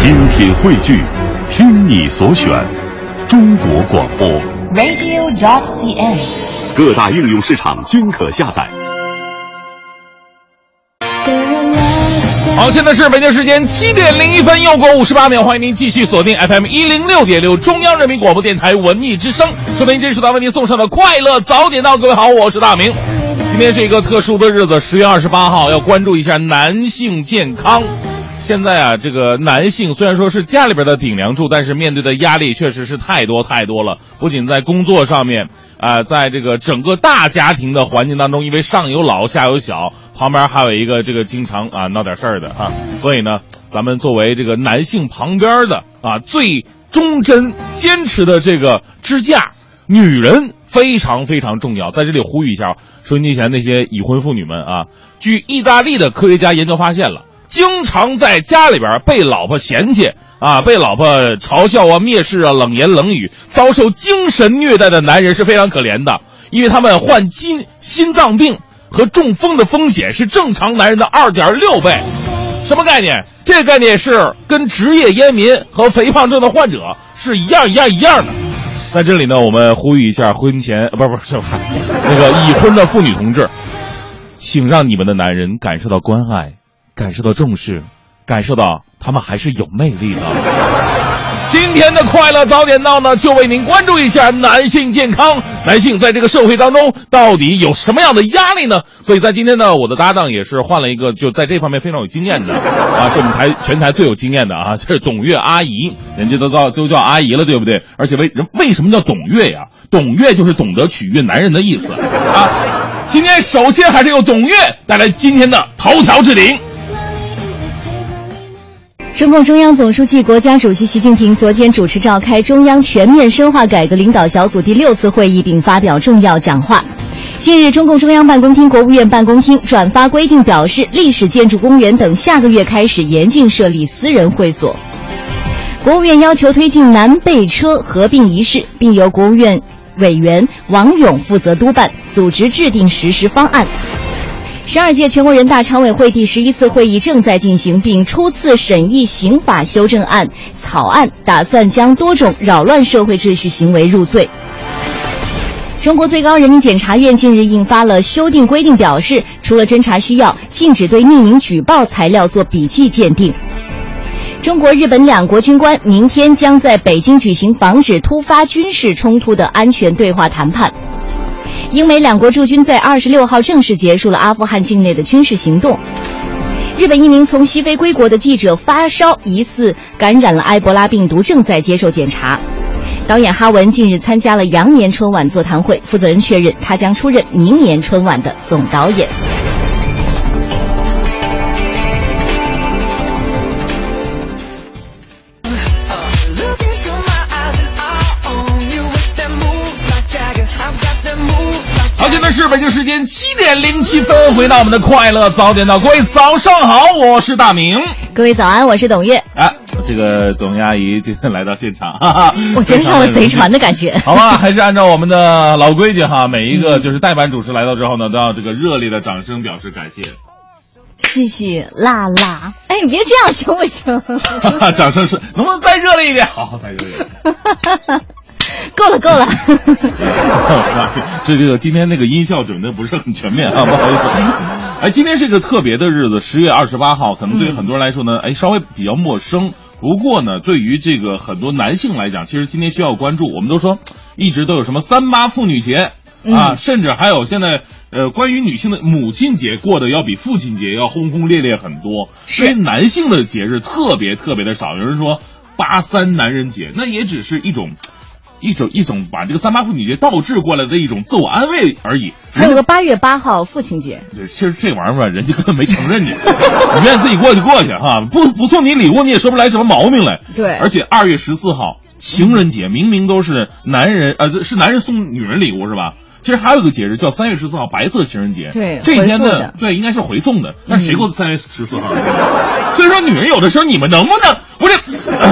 精品汇聚，听你所选，中国广播 radio.cn， 各大应用市场均可下载。 好，现在是北京时间7点01分，又过58秒，欢迎您继续锁定 FM 106.6中央人民广播电台文艺之声，收听这时段为您送上的快乐早点到。各位好，我是大明。今天是一个特殊的日子，10月28号，要关注一下男性健康。现在啊，这个男性虽然说是家里边的顶梁柱，但是面对的压力确实是太多了。不仅在工作上面在这个整个大家庭的环境当中，因为上有老下有小，旁边还有一个这个经常闹点事儿的所以呢，咱们作为这个男性旁边的最忠贞坚持的这个支架，女人非常非常重要。在这里呼吁一下收音机前那些已婚妇女们据意大利的科学家研究发现了，经常在家里边被老婆嫌弃被老婆嘲笑蔑视冷言冷语，遭受精神虐待的男人是非常可怜的，因为他们患心脏病和中风的风险是正常男人的2.6倍。什么概念？这个概念是跟职业烟民和肥胖症的患者是一样的。在这里呢，我们呼吁一下婚前不是那个已婚的妇女同志，请让你们的男人感受到关爱，感受到重视，感受到他们还是有魅力的。今天的快乐早点到呢，就为您关注一下男性健康。男性在这个社会当中到底有什么样的压力呢？所以在今天呢，我的搭档也是换了一个就在这方面非常有经验的是我们全台最有经验的这是董月阿姨，人家都叫阿姨了，对不对？而且为什么叫董月呀？董月就是懂得取悦男人的意思今天首先还是由董月带来今天的头条置顶。 中共中央总书记、国家主席习近平昨天主持召开中央全面深化改革领导小组第6次会议，并发表重要讲话。近日，中共中央办公厅、国务院办公厅转发规定表示，历史建筑公园等下个月开始严禁设立私人会所。国务院要求推进南北车合并一事，并由国务院委员王勇负责督办，组织制定实施方案。12届全国人大常委会第11次会议正在进行，并初次审议刑法修正案草案，打算将多种扰乱社会秩序行为入罪。中国最高人民检察院近日印发了修订规定，表示除了侦查需要，禁止对匿名举报材料做笔迹鉴定。中国、日本两国军官明天将在北京举行防止突发军事冲突的安全对话谈判。英美两国驻军在26号正式结束了阿富汗境内的军事行动。日本一名从西非归国的记者发烧，疑似感染了埃博拉病毒，正在接受检查。导演哈文近日参加了羊年春晚座谈会，负责人确认他将出任明年春晚的总导演。 现在是北京时间7点07分，回到我们的快乐早点到。各位早上好，我是大明。 各位早安，我是董月。 这个董阿姨今天来到现场， 我觉得上了贼船的感觉。 好吧，还是按照我们的老规矩每一个就是代班主持来到之后呢，都要这个热烈的掌声表示感谢。 谢谢辣辣，哎，你别这样行不行？ 掌声是能不能再热烈一点？好，再热烈一点。 够了。 这个今天那个音效准备不是很全面不好意思。今天是一个特别的日子，10月28号，可能对于很多人来说呢，稍微比较陌生。不过呢，对于这个很多男性来讲，其实今天需要关注。我们都说一直都有什么3·8妇女节甚至还有现在关于女性的母亲节过得要比父亲节要轰轰烈烈很多。所以男性的节日特别的少。有人说83男人节，那也只是一种把这个3·8妇女节倒置过来的一种自我安慰而已。 还有个8月8号父亲节， 对，其实这玩意儿吧，人家根本没承认你，你愿意自己过就过去不送你礼物，你也说不来什么毛病来。 对， 而且2月14号情人节，明明都是男人是男人送女人礼物是吧？其实还有一个节日叫3月14号白色情人节， 对， 这一天呢，对，应该是回送的，但是谁过3月14号？所以说女人有的时候你们能不能不是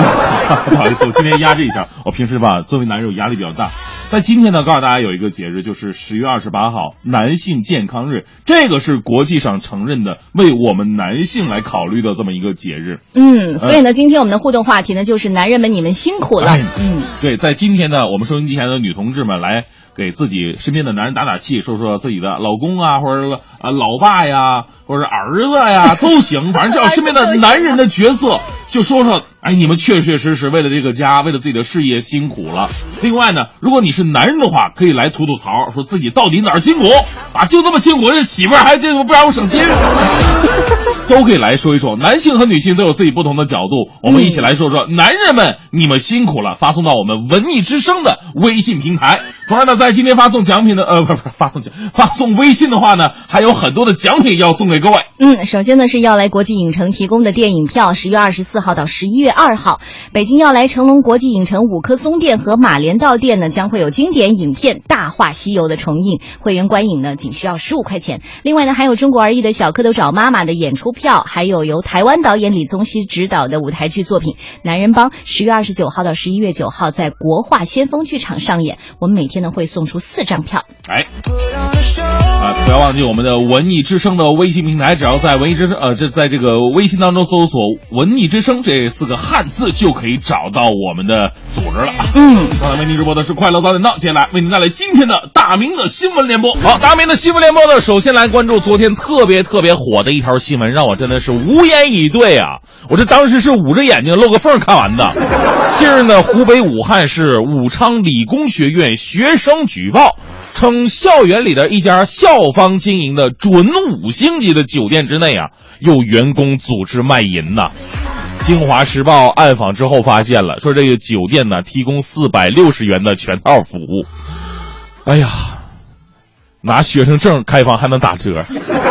不好意思，我今天压制一下。我平时吧，作为男人，我压力比较大。但今天呢，告诉大家有一个节日，就是10月28号男性健康日，这个是国际上承认的为我们男性来考虑的这么一个节日。 所以呢，今天我们的互动话题呢，就是男人们你们辛苦了。 对，在今天呢，我们收音机前的女同志们来给自己身边的男人打打气，说说自己的老公啊，或者老爸呀，或者儿子呀，都行，反正只要身边的男人的角色，就说说，哎，你们确确实实为了这个家，为了自己的事业辛苦了。另外呢，如果你是男人的话，可以来吐吐槽，说自己到底哪儿辛苦啊？就这么辛苦，这媳妇儿还不让我省心。都可以来说一说，男性和女性都有自己不同的角度，我们一起来说说，男人们你们辛苦了，发送到我们文艺之声的微信平台。同样呢，在今天发送奖品的发送微信的话呢，还有很多的奖品要送给各位。 首先呢是要来国际影城提供的电影票，10月24号到11月2号，北京要来成龙国际影城五棵松店和马连道店呢将会有经典影片《大话西游》的重映，会员观影呢仅需要15块钱。另外呢，还有中国儿艺的小蝌蚪找妈妈的演出票，还有由台湾导演李宗熙执导的舞台剧作品《男人帮》，10月29号到11月9号在国画先锋剧场上演。我们每天呢会送出4张票。 不要忘记我们的文艺之声的微信平台，只要在文艺之声在这个微信当中搜索文艺之声这4个汉字，就可以找到我们的组织了。刚才为您直播的是快乐早点到，接下来为您带来今天的大明的新闻联播。好，大明的新闻联播呢，首先来关注昨天特别火的一条新闻，让我真的是无言以对啊！我这当时是捂着眼睛露个缝看完的。近日呢，湖北武汉市武昌理工学院学生举报称，校园里的一家校方经营的准5星级的酒店之内啊，有员工组织卖淫呐。京华时报暗访之后发现了，说这个酒店呢提供460元的全套服务。哎呀，拿学生证开房还能打折。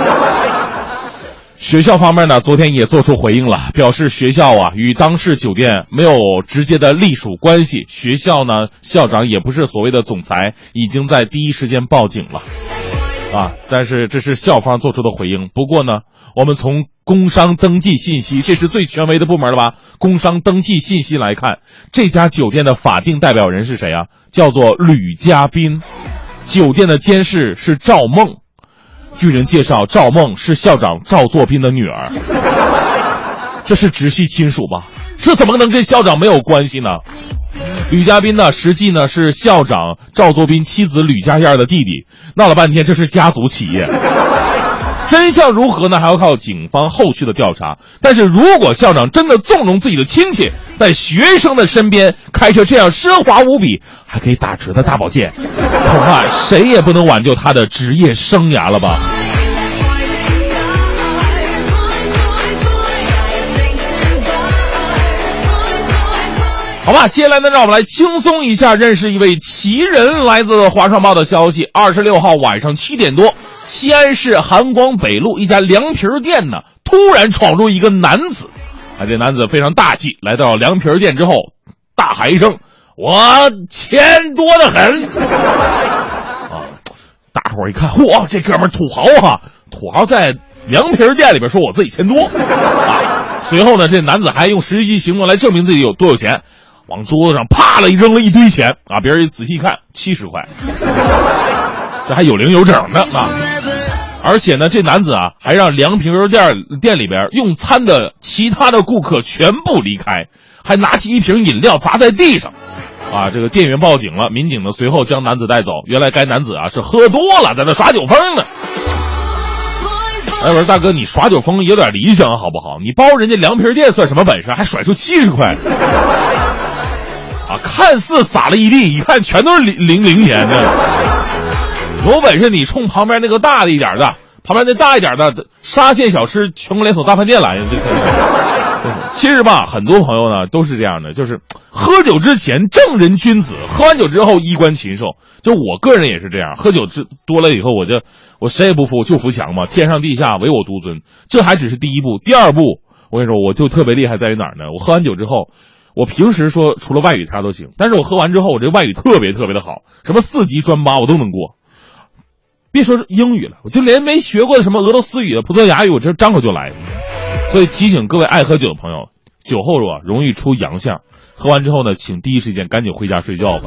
学校方面呢，昨天也做出回应了，表示学校啊与当事酒店没有直接的隶属关系，学校呢校长也不是所谓的总裁，已经在第一时间报警了。但是这是校方做出的回应。不过呢，我们从工商登记信息，这是最权威的部门了吧？工商登记信息来看，这家酒店的法定代表人是谁啊？叫做吕嘉宾。酒店的监事是赵梦。据人介绍，赵梦是校长赵作斌的女儿。这是直系亲属吧？这怎么能跟校长没有关系呢？吕嘉宾呢，实际呢是校长赵作斌妻子吕家燕的弟弟。闹了半天，这是家族企业。真相如何呢？还要靠警方后续的调查。但是如果校长真的纵容自己的亲戚在学生的身边开着这样奢华无比还可以打折的大保健，恐怕谁也不能挽救他的职业生涯了吧。好吧，接下来呢，让我们来轻松一下，认识一位奇人。来自华商报的消息，26号晚上7点多，西安市韩光北路一家凉皮店呢，突然闯入一个男子。这男子非常大气，来到凉皮店之后，大喊一声：“我钱多得很！”大伙儿一看，嚯，这哥们儿土豪啊！土豪在凉皮店里边说我自己钱多随后呢，这男子还用实际行动来证明自己有多有钱。往桌子上啪了扔了一堆钱别人一仔细看70块，这还有零有整的而且呢，这男子还让凉皮店里边用餐的其他的顾客全部离开，还拿起一瓶饮料砸在地上这个店员报警了，民警呢随后将男子带走。原来该男子是喝多了，在那耍酒疯呢。我说大哥，你耍酒疯有点理想好不好？你包人家凉皮店算什么本事，还甩出70块看似撒了一地，一看全都是零钱的。有本事你冲旁边那个大的一点的，旁边那大一点的沙县小吃全国连锁大饭店来。其实吧，很多朋友呢都是这样的，就是喝酒之前正人君子，喝完酒之后衣冠禽兽。就我个人也是这样，喝酒多了以后，我谁也不服，就服强嘛，天上地下唯我独尊。这还只是第一步，第二步，我跟你说，我就特别厉害在于哪儿呢？我喝完酒之后，我平时说除了外语啥都行，但是我喝完之后，我这外语特别的好，什么4级专8我都能过。别说是英语了，我就连没学过的什么俄罗斯语的葡萄牙语，我这张口就来。所以提醒各位爱喝酒的朋友， 酒后容易出洋相，喝完之后呢，请第一时间赶紧回家睡觉吧。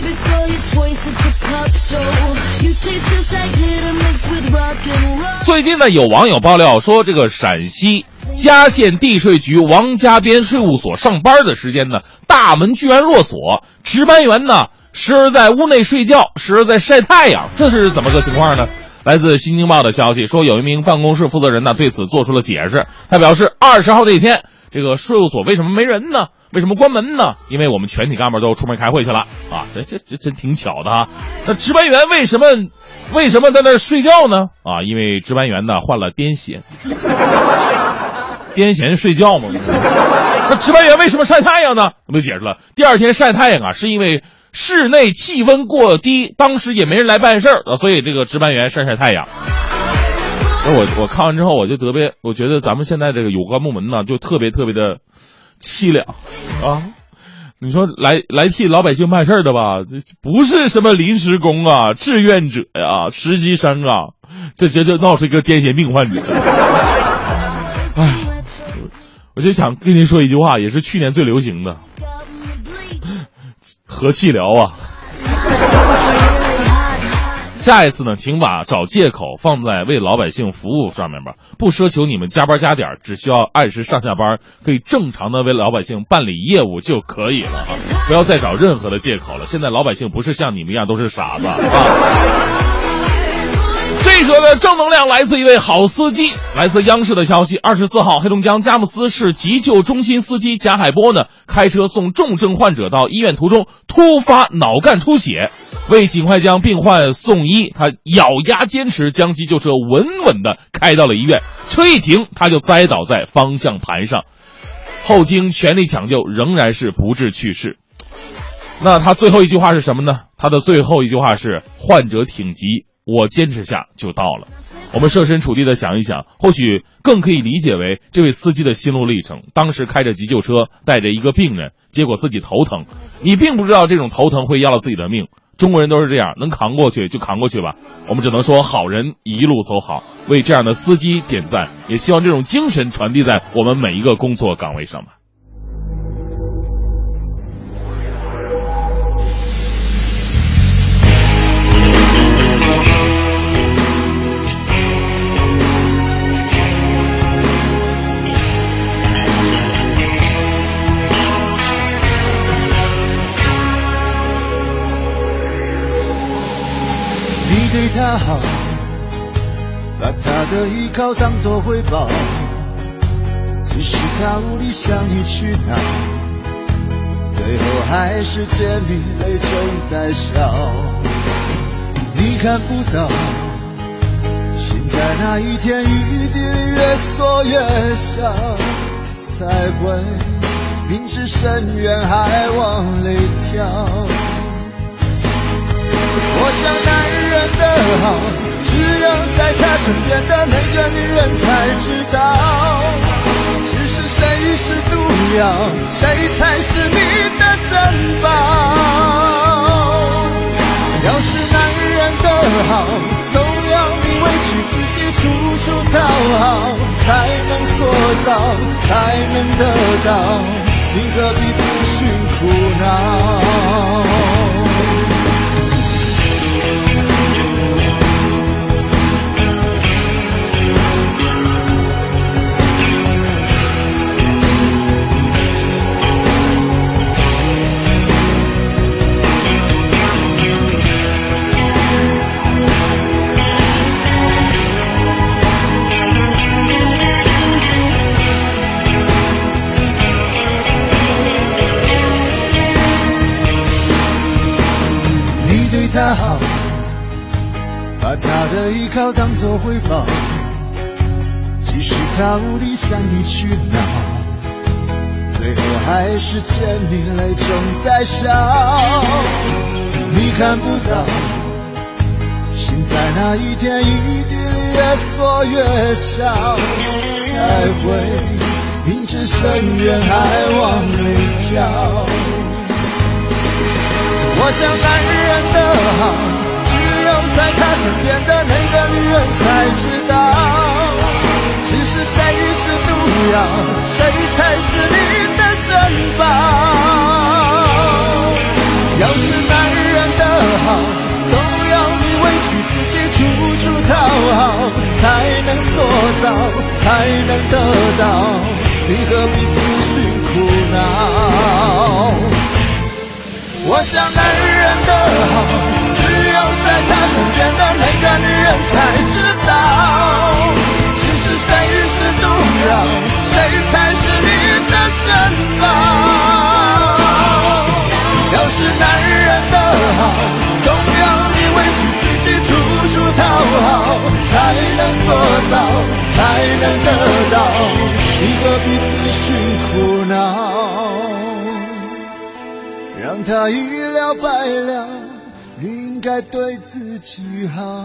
最近呢，有网友爆料说，这个陕西嘉县地税局王家边税务所上班的时间呢，大门居然落锁，值班员呢时而在屋内睡觉，时而在晒太阳，这是怎么个情况呢？来自新京报的消息说，有一名办公室负责人呢对此做出了解释。他表示，20号这一天，这个税务所为什么没人呢？为什么关门呢？因为我们全体干部都出门开会去了啊！这真挺巧的啊。那值班员为什么在那儿睡觉呢？啊，因为值班员呢患了癫痫。癫痫睡觉吗？那值班员为什么晒太阳呢？我们就解释了，第二天晒太阳啊，是因为室内气温过低，当时也没人来办事儿，所以这个值班员晒太阳。我看完之后，我觉得咱们现在这个有关部门呢，就特别的凄凉啊！你说来替老百姓办事的吧，这不是什么临时工啊、志愿者呀、实习生啊，这闹出一个癫痫病患者。哎，我就想跟您说一句话，也是去年最流行的，和气疗啊。下一次呢，请把找借口放在为老百姓服务上面吧，不奢求你们加班加点，只需要按时上下班，可以正常的为老百姓办理业务就可以了，不要再找任何的借口了。现在老百姓不是像你们一样都是傻子啊。这一则的正能量来自一位好司机。来自央视的消息，24号，黑龙江佳木斯市急救中心司机贾海波呢，开车送重症患者到医院途中突发脑干出血，为尽快将病患送医，他咬牙坚持将急救车稳稳地开到了医院。车一停，他就栽倒在方向盘上，后经全力抢救，仍然是不治去世。那他最后一句话是什么呢？他的最后一句话是：患者挺急，我坚持下就到了。我们设身处地的想一想，或许更可以理解为这位司机的心路历程。当时开着急救车带着一个病人，结果自己头疼，你并不知道这种头疼会要了自己的命。中国人都是这样，能扛过去就扛过去吧。我们只能说好人一路走好，为这样的司机点赞，也希望这种精神传递在我们每一个工作岗位上吧。 对他好，把他的依靠当作回报，即使他无力向你去讨，最后还是见你泪中带笑。你看不到，心在那一天一滴里越缩越小，才会明知深渊还往里跳。我想男人的好，只有在他身边的那个女人才知道，只是谁是毒药，谁才是你的珍宝。要是男人的好，总要你委屈自己处处讨好，才能塑造，才能得到，你何必不寻苦恼。他好，把他的依靠当作回报，即使他无力向你去闹，最后还是见你泪中带笑。你看不到，心在那一天一滴里越缩越小，才会明知深渊还往里跳。我想男人的好，只有在他身边的那个女人才知道，只是谁是毒药，谁才是你我想男人的好，只有在他身边的每个女人才知道。其实谁是毒药，谁才是你的珍宝。要是男人的好，总要你委屈自己处处讨好，才能塑造，才能得到。你何必自寻苦恼，让他一了百了，你应该对自己好。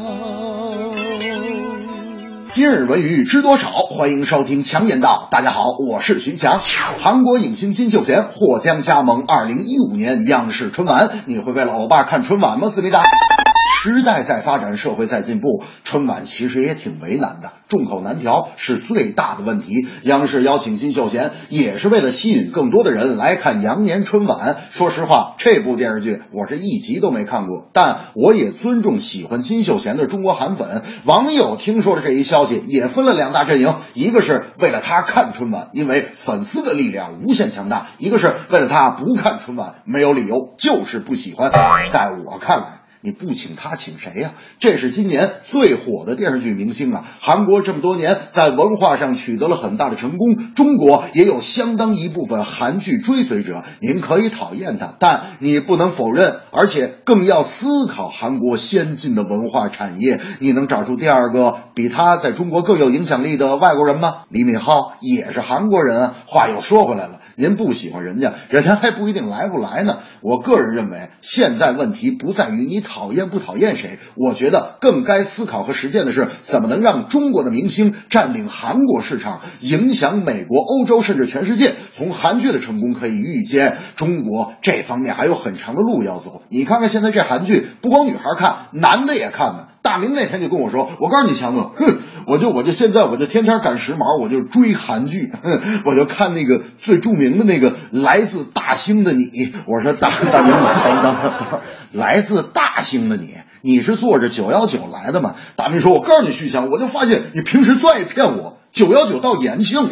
今日文娱知多少？欢迎收听强言道。大家好，我是徐强。韩国影星金秀贤或将加盟2015年央视春晚。你会为了欧巴看春晚吗？思密达。时代在发展，社会在进步，春晚其实也挺为难的，众口难调是最大的问题。央视邀请金秀贤也是为了吸引更多的人来看羊年春晚。说实话，这部电视剧我是一集都没看过，但我也尊重喜欢金秀贤的中国韩粉。网友听说了这一消息，也分了两大阵营，一个是为了他看春晚，因为粉丝的力量无限强大；一个是为了他不看春晚，没有理由，就是不喜欢。在我看来，你不请他请谁呀？这是今年最火的电视剧明星啊！韩国这么多年在文化上取得了很大的成功，中国也有相当一部分韩剧追随者。您可以讨厌他，但你不能否认，而且更要思考韩国先进的文化产业。你能找出第二个比他在中国更有影响力的外国人吗？李敏镐也是韩国人啊。话又说回来了，您不喜欢人家，人家还不一定来不来呢。我个人认为，现在问题不在于你讨厌不讨厌谁，我觉得更该思考和实践的是，怎么能让中国的明星占领韩国市场，影响美国、欧洲甚至全世界。从韩剧的成功可以预见，中国这方面还有很长的路要走。你看看现在这韩剧，不光女孩看，男的也看呢。大明那天就跟我说，我告诉你强哥，我就现在我就天天赶时髦，我就追韩剧，我就看那个最著名的那个来自大兴的你。我说大明等，来自大兴的你是坐着919来的吗？大明说，我告诉你徐强，我就发现你平时最爱骗我，919到延庆。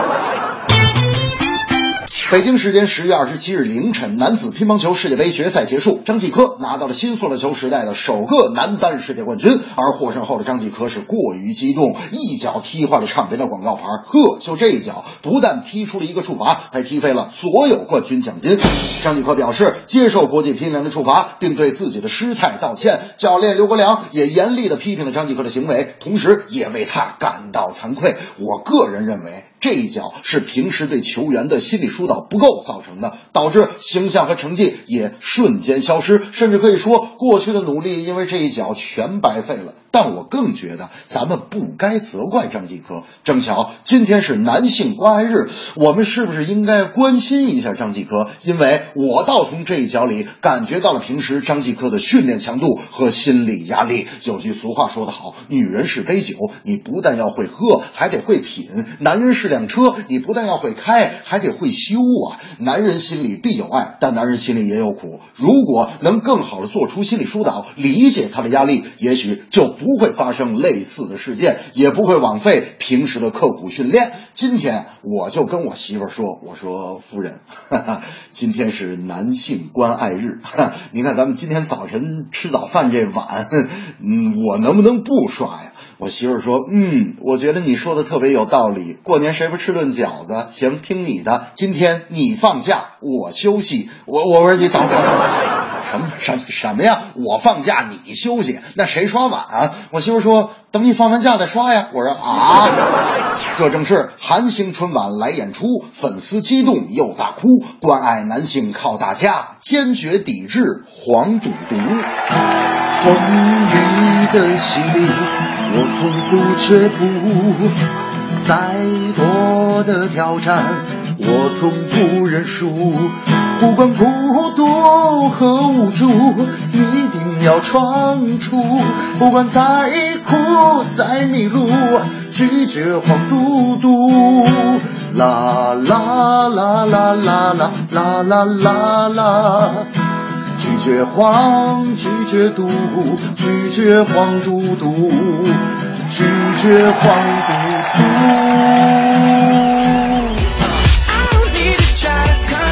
北京时间10月27日凌晨，男子乒乓球世界杯决赛结束，张继科拿到了新塑料球时代的首个男单世界冠军。而获胜后的张继科是过于激动，一脚踢坏了场边的广告牌。就这一脚，不但踢出了一个处罚，还踢飞了所有冠军奖金。张继科表示接受国际乒联的处罚，并对自己的失态道歉。教练刘国梁也严厉地批评了张继科的行为，同时也为他感到惭愧。我个人认为，这一脚是平时对球员的心理疏导不够造成的，导致形象和成绩也瞬间消失，甚至可以说过去的努力因为这一脚全白费了。但我更觉得咱们不该责怪张继科。正巧今天是男性关爱日，我们是不是应该关心一下张继科？因为我倒从这一脚里感觉到了平时张继科的训练强度和心理压力。有句俗话说得好，女人是杯酒，你不但要会喝，还得会品；男人是辆车，你不但要会开，还得会修啊。男人心里必有爱，但男人心里也有苦。如果能更好的做出心理疏导，理解他的压力，也许就不会发生类似的事件，也不会枉费平时的刻苦训练。今天我就跟我媳妇说，我说夫人，今天是男性关爱日，你看咱们今天早晨吃早饭这碗，我能不能不刷呀？我媳妇说，我觉得你说的特别有道理。过年谁不吃顿饺子？行，听你的。今天你放假，我休息。我说你等会儿，什么呀？我放假你休息，那谁刷碗啊？我媳妇说，等你放完假再刷呀。我说啊，这正是韩星春晚来演出，粉丝激动又大哭，关爱男性靠大家，坚决抵制黄赌毒。 风雨的洗礼，我从不却步，再多的挑战，我从不认输。不管孤独和无助，一定要闯出。不管再苦再迷路，拒绝黄赌毒。啦啦啦啦啦啦啦啦啦啦。拒绝黄，拒绝毒，拒绝黄赌毒，拒绝黄赌毒。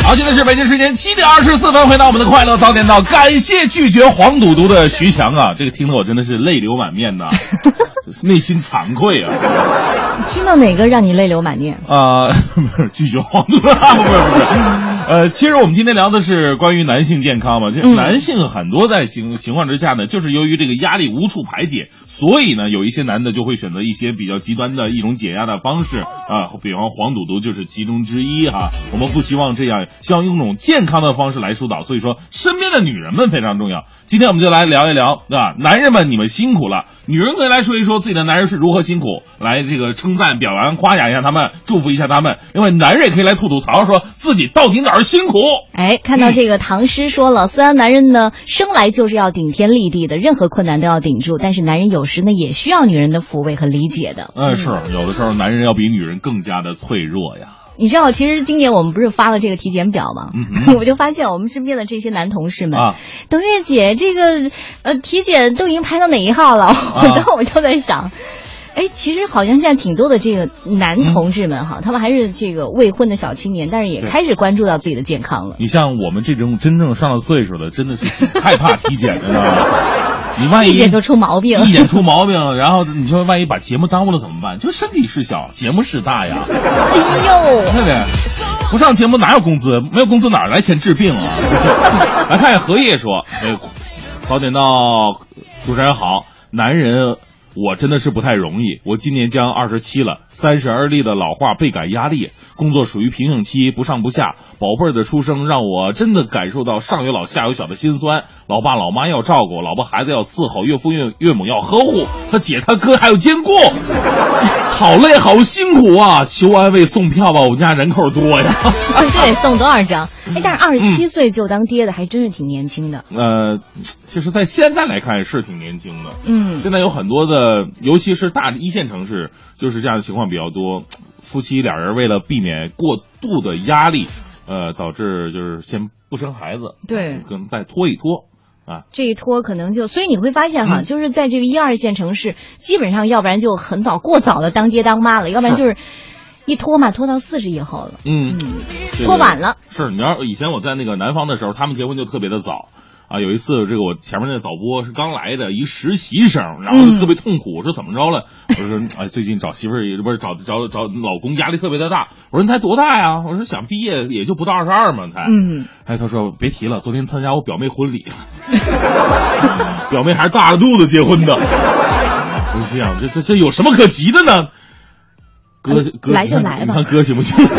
好，现在是北京时间7点24分，回到我们的快乐早点到，感谢拒绝黄赌毒的徐强啊，这个听得我真的是泪流满面呐，内心惭愧啊。 听到哪个让你泪流满面？ 拒绝黄赌毒，不是。其实我们今天聊的是关于男性健康嘛，这男性很多在情况之下呢，就是由于这个压力无处排解，所以呢，有一些男的就会选择一些比较极端的一种解压的方式啊，比方黄赌毒就是其中之一哈。我们不希望这样，希望用一种健康的方式来疏导，所以说身边的女人们非常重要。今天我们就来聊一聊，对吧？男人们你们辛苦了，女人可以来说一说自己的男人是如何辛苦，来这个称赞、表扬、夸奖一下他们，祝福一下他们。另外，男人也可以来吐槽，说自己到底哪儿辛苦。 哎，看到这个唐诗说了，虽然男人呢生来就是要顶天立地的，任何困难都要顶住，但是男人有时呢也需要女人的抚慰和理解的。 是有的时候男人要比女人更加的脆弱呀。 你知道，其实今年我们不是发了这个体检表吗？我就发现我们身边的这些男同事们，董月姐这个体检都已经排到哪一号了？我就在想。其实好像现在挺多的这个男同志们哈，他们还是这个未婚的小青年，但是也开始关注到自己的健康了。 你像我们这种真正上了岁数的，真的是害怕体检的呢。你万一一检就出毛病， 然后你说万一把节目耽误了怎么办？就身体是小，节目是大呀。 哎呦， 对不对？不上节目哪有工资？没有工资哪来钱治病啊？来看荷叶说，早点到，主持人好，男人。我真的是不太容易，我今年将27了，30而立的老话倍感压力，工作属于瓶颈期，不上不下，宝贝儿的出生让我真的感受到上有老下有小的心酸，老爸老妈要照顾，老婆孩子要伺候，岳父岳母要呵护，他姐他哥还要兼顾，好累好辛苦啊，求安慰送票吧，我们家人口多呀。 这得送多少张？但是27岁就当爹的还真是挺年轻的。 其实在现在来看是挺年轻的。现在有很多的，尤其是大一线城市，就是这样的情况比较多。夫妻俩人为了避免过度的压力，导致就是先不生孩子， 对， 可能再拖一拖。 这一拖可能就，所以你会发现哈，就是在这个1、2线城市，基本上要不然就很早过早的当爹当妈了，要不然就是一拖嘛，拖到40以后了。拖晚了。是，你要以前我在那个南方的时候，他们结婚就特别的早。有一次这个我前面那导播是刚来的一实习生，然后就特别痛苦，我说怎么着了？我说最近找媳妇儿不是找老公压力特别的大。我说你才多大呀？我说想毕业也就不到22嘛才。他说别提了，昨天参加我表妹婚礼，表妹还是大着肚子结婚的。我心想这有什么可急的呢？哥来就来吧， 你看哥行不行？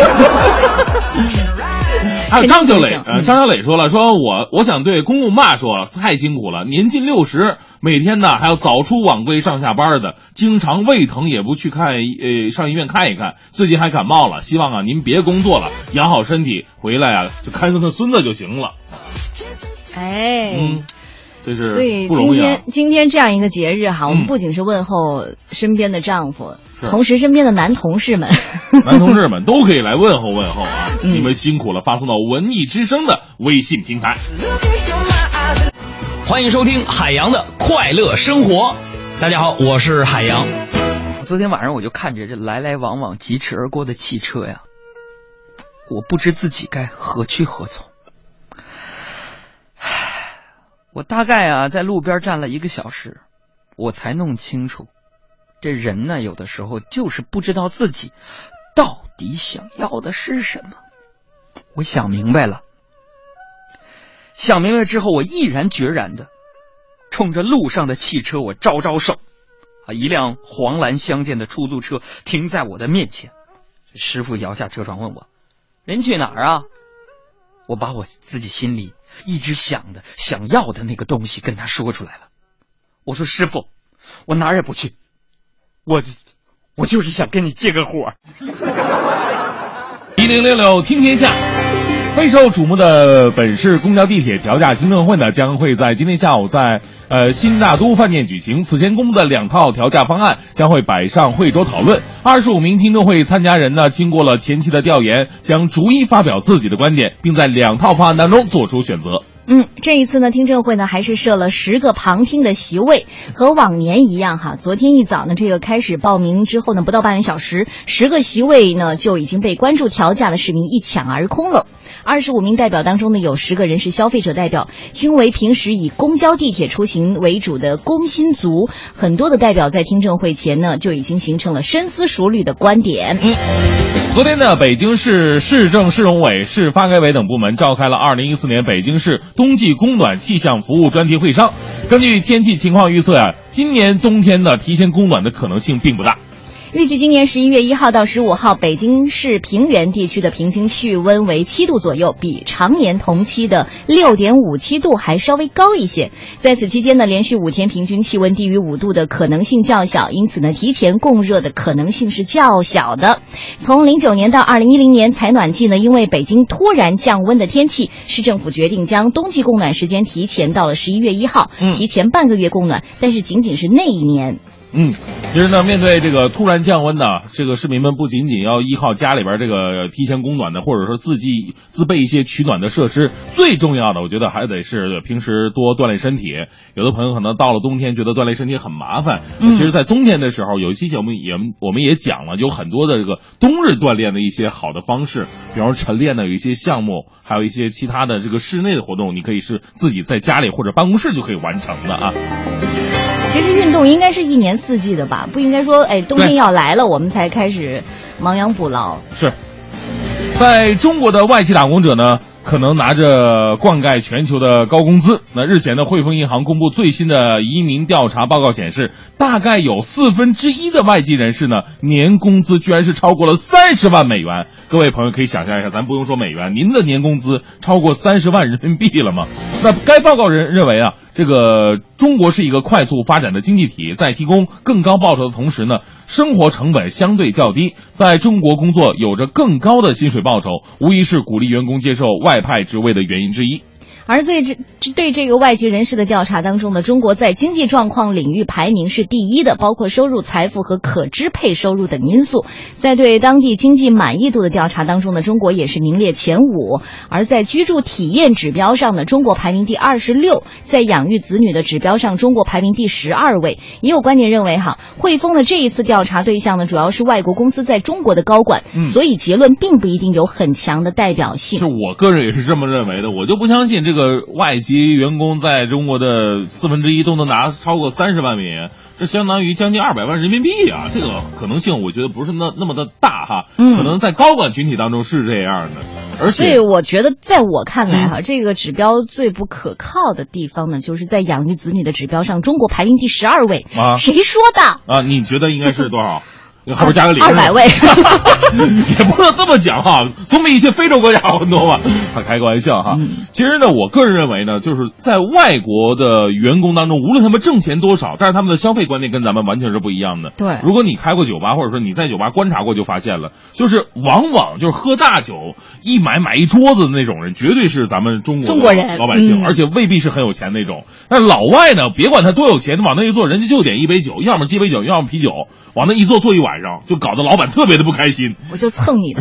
还有张小磊说了，说我想对公公骂说，太辛苦了，年近60，每天呢还要早出晚归上下班的，经常胃疼也不去上医院看一看，最近还感冒了，希望您别工作了，养好身体，回来就看他孙子就行了。这是不容易。所以今天这样一个节日哈，我们不仅是问候身边的丈夫，同时身边的男同事们都可以来问候啊！你们辛苦了，发送到文艺之声的微信平台。 欢迎收听海洋的快乐生活。大家好，我是海洋。 昨天晚上我就看着这来来往往疾驰而过的汽车呀，我不知自己该何去何从。我大概在路边站了1个小时，我才弄清楚，这人呢有的时候就是不知道自己到底想要的是什么。我想明白了之后，我毅然决然的冲着路上的汽车我招手。一辆黄蓝相间的出租车停在我的面前，师傅摇下车窗问我，您去哪儿啊？我把我自己心里一直想要的那个东西跟他说出来了。我说师傅，我哪儿也不去，我就是想跟你借个火。 1066听天下。备受瞩目的本市公交地铁调价听证会呢，将会在今天下午在新大都饭店举行。此前公布的2套调价方案将会摆上会桌讨论。25名听证会参加人呢，经过了前期的调研，将逐一发表自己的观点，并在2套方案当中做出选择。 这一次呢，听证会呢还是设了10个旁听的席位，和往年一样哈。昨天一早呢，这个开始报名之后呢，不到半个小时，10个席位呢就已经被关注调价的市民一抢而空了。 25名代表当中呢，有10个人是消费者代表，均为平时以公交地铁出行为主的工薪族。很多的代表在听证会前呢，就已经形成了深思熟虑的观点。 昨天呢，北京市市政市容委、市发改委等部门召开了2014年北京市冬季供暖气象服务专题会商。根据天气情况预测今年冬天呢，提前供暖的可能性并不大。 预计今年11月1号到15号，北京市平原地区的平均气温为7度左右，比常年同期的6.57度还稍微高一些。在此期间呢，连续5天平均气温低于5度的可能性较小，因此呢，提前供热的可能性是较小的。从09年到2010年采暖季呢，因为北京突然降温的天气，市政府决定将冬季供暖时间提前到了11月1号，提前半个月供暖，但是仅仅是那一年。 其实呢，面对这个突然降温呢，这个市民们不仅仅要依靠家里边这个提前供暖的，或者说自备一些取暖的设施，最重要的我觉得还得是平时多锻炼身体。有的朋友可能到了冬天觉得锻炼身体很麻烦，其实在冬天的时候有一期节目我们也讲了，有很多的这个冬日锻炼的一些好的方式，比方说晨练的有一些项目，还有一些其他的这个室内的活动，你可以是自己在家里或者办公室就可以完成的啊。 其实运动应该是一年四季的吧，不应该说冬天要来了我们才开始亡羊补牢。 是，在中国的外籍打工者呢，可能拿着灌溉全球的高工资。那日前呢，汇丰银行公布最新的移民调查报告显示，大概有1/4的外籍人士呢，年工资居然是超过了30万美元。各位朋友可以想象一下，咱不用说美元，您的年工资超过30万人民币了吗？那该报告人认为这个中国是一个快速发展的经济体，在提供更高报酬的同时呢，生活成本相对较低，在中国工作有着更高的薪水报酬，无疑是鼓励员工接受外派职位的原因之一。 而对这个外籍人士的调查当中呢，中国在经济状况领域排名是第一的，包括收入、财富和可支配收入等因素。在对当地经济满意度的调查当中呢，中国也是名列前5。而在居住体验指标上呢，中国排名第26，在养育子女的指标上，中国排名第12位。也有观点认为汇丰的这一次调查对象呢，主要是外国公司在中国的高管，所以结论并不一定有很强的代表性。 是我个人也是这么认为的，我就不相信这个外籍员工在中国的1/4都能拿超过30万美元，这相当于将近200万人民币啊！这个可能性我觉得不是那么的大可能在高管群体当中是这样的，而且所以我觉得在我看来这个指标最不可靠的地方呢，就是在养育子女的指标上，中国排名第12位谁说的你觉得应该是多少？后边加个0 ，200位， 也不能这么讲总比一些非洲国家好很多吧？开个玩笑其实呢，我个人认为呢，就是在外国的员工当中，无论他们挣钱多少，但是他们的消费观念跟咱们完全是不一样的。 对， 如果你开过酒吧，或者说你在酒吧观察过，就发现了，就是往往就是喝大酒一买一桌子的那种人，绝对是咱们中国人老百姓，而且未必是很有钱那种。但是老外呢，别管他多有钱，往那一坐，人家就点一杯酒，要么鸡尾酒，要么啤酒，往那一坐一晚上，就搞得老板特别的不开心。 我就蹭你的。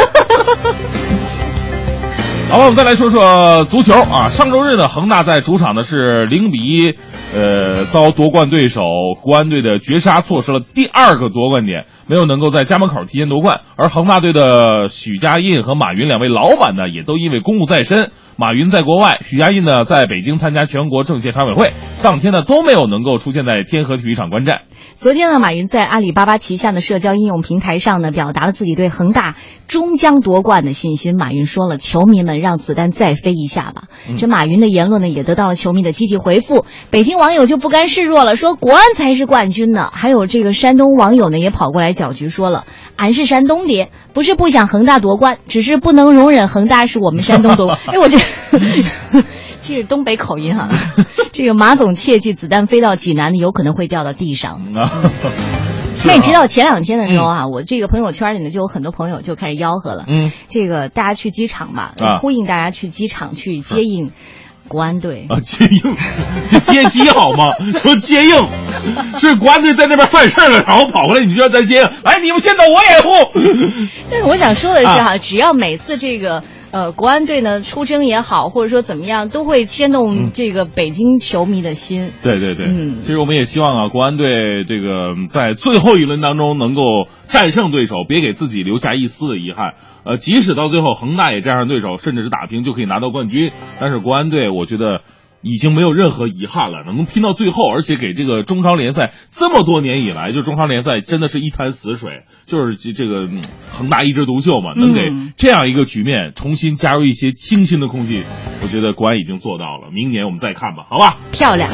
好吧，我们再来说说足球上周日呢，恒大在主场呢是0-1，遭夺冠对手国安队的绝杀，错失了第2个夺冠点，没有能够在家门口提前夺冠。而恒大队的许家印和马云2位老板呢，也都因为公务在身，马云在国外，许家印呢在北京参加全国政协常委会，当天呢都没有能够出现在天河体育场观战。 昨天呢，马云在阿里巴巴旗下的社交应用平台上呢，表达了自己对恒大终将夺冠的信心。马云说了，球迷们让子弹再飞一下吧。这马云的言论呢，也得到了球迷的积极回复。北京网友就不甘示弱了，说国安才是冠军呢。还有这个山东网友呢，也跑过来搅局，说了，俺是山东的，不是不想恒大夺冠，只是不能容忍恒大是我们山东夺冠。我这这是东北口音这个马总切记，子弹飞到济南的有可能会掉到地上。那你知道前2天的时候我这个朋友圈里呢，就有很多朋友就开始吆喝了，这个大家去机场吧，呼应大家去机场去接应国安队接应是接机好吗？说接应是国安队在那边犯事了，然后跑过来，你就要再接应，来你们先走，我掩护。 但是我想说的是只要每次这个国安队呢出征也好，或者说怎么样，都会牵动这个北京球迷的心。 对对对，其实我们也希望啊，国安队这个在最后一轮当中能够战胜对手，别给自己留下一丝的遗憾。即使到最后恒大也战胜对手，甚至是打平就可以拿到冠军，但是国安队我觉得已经没有任何遗憾了，能够拼到最后，而且给这个中超联赛这么多年以来，就中超联赛真的是一潭死水，就是这个恒大一枝独秀嘛，能给这样一个局面重新加入一些清新的空气，我觉得国安已经做到了。明年我们再看吧，好吧？ 漂亮。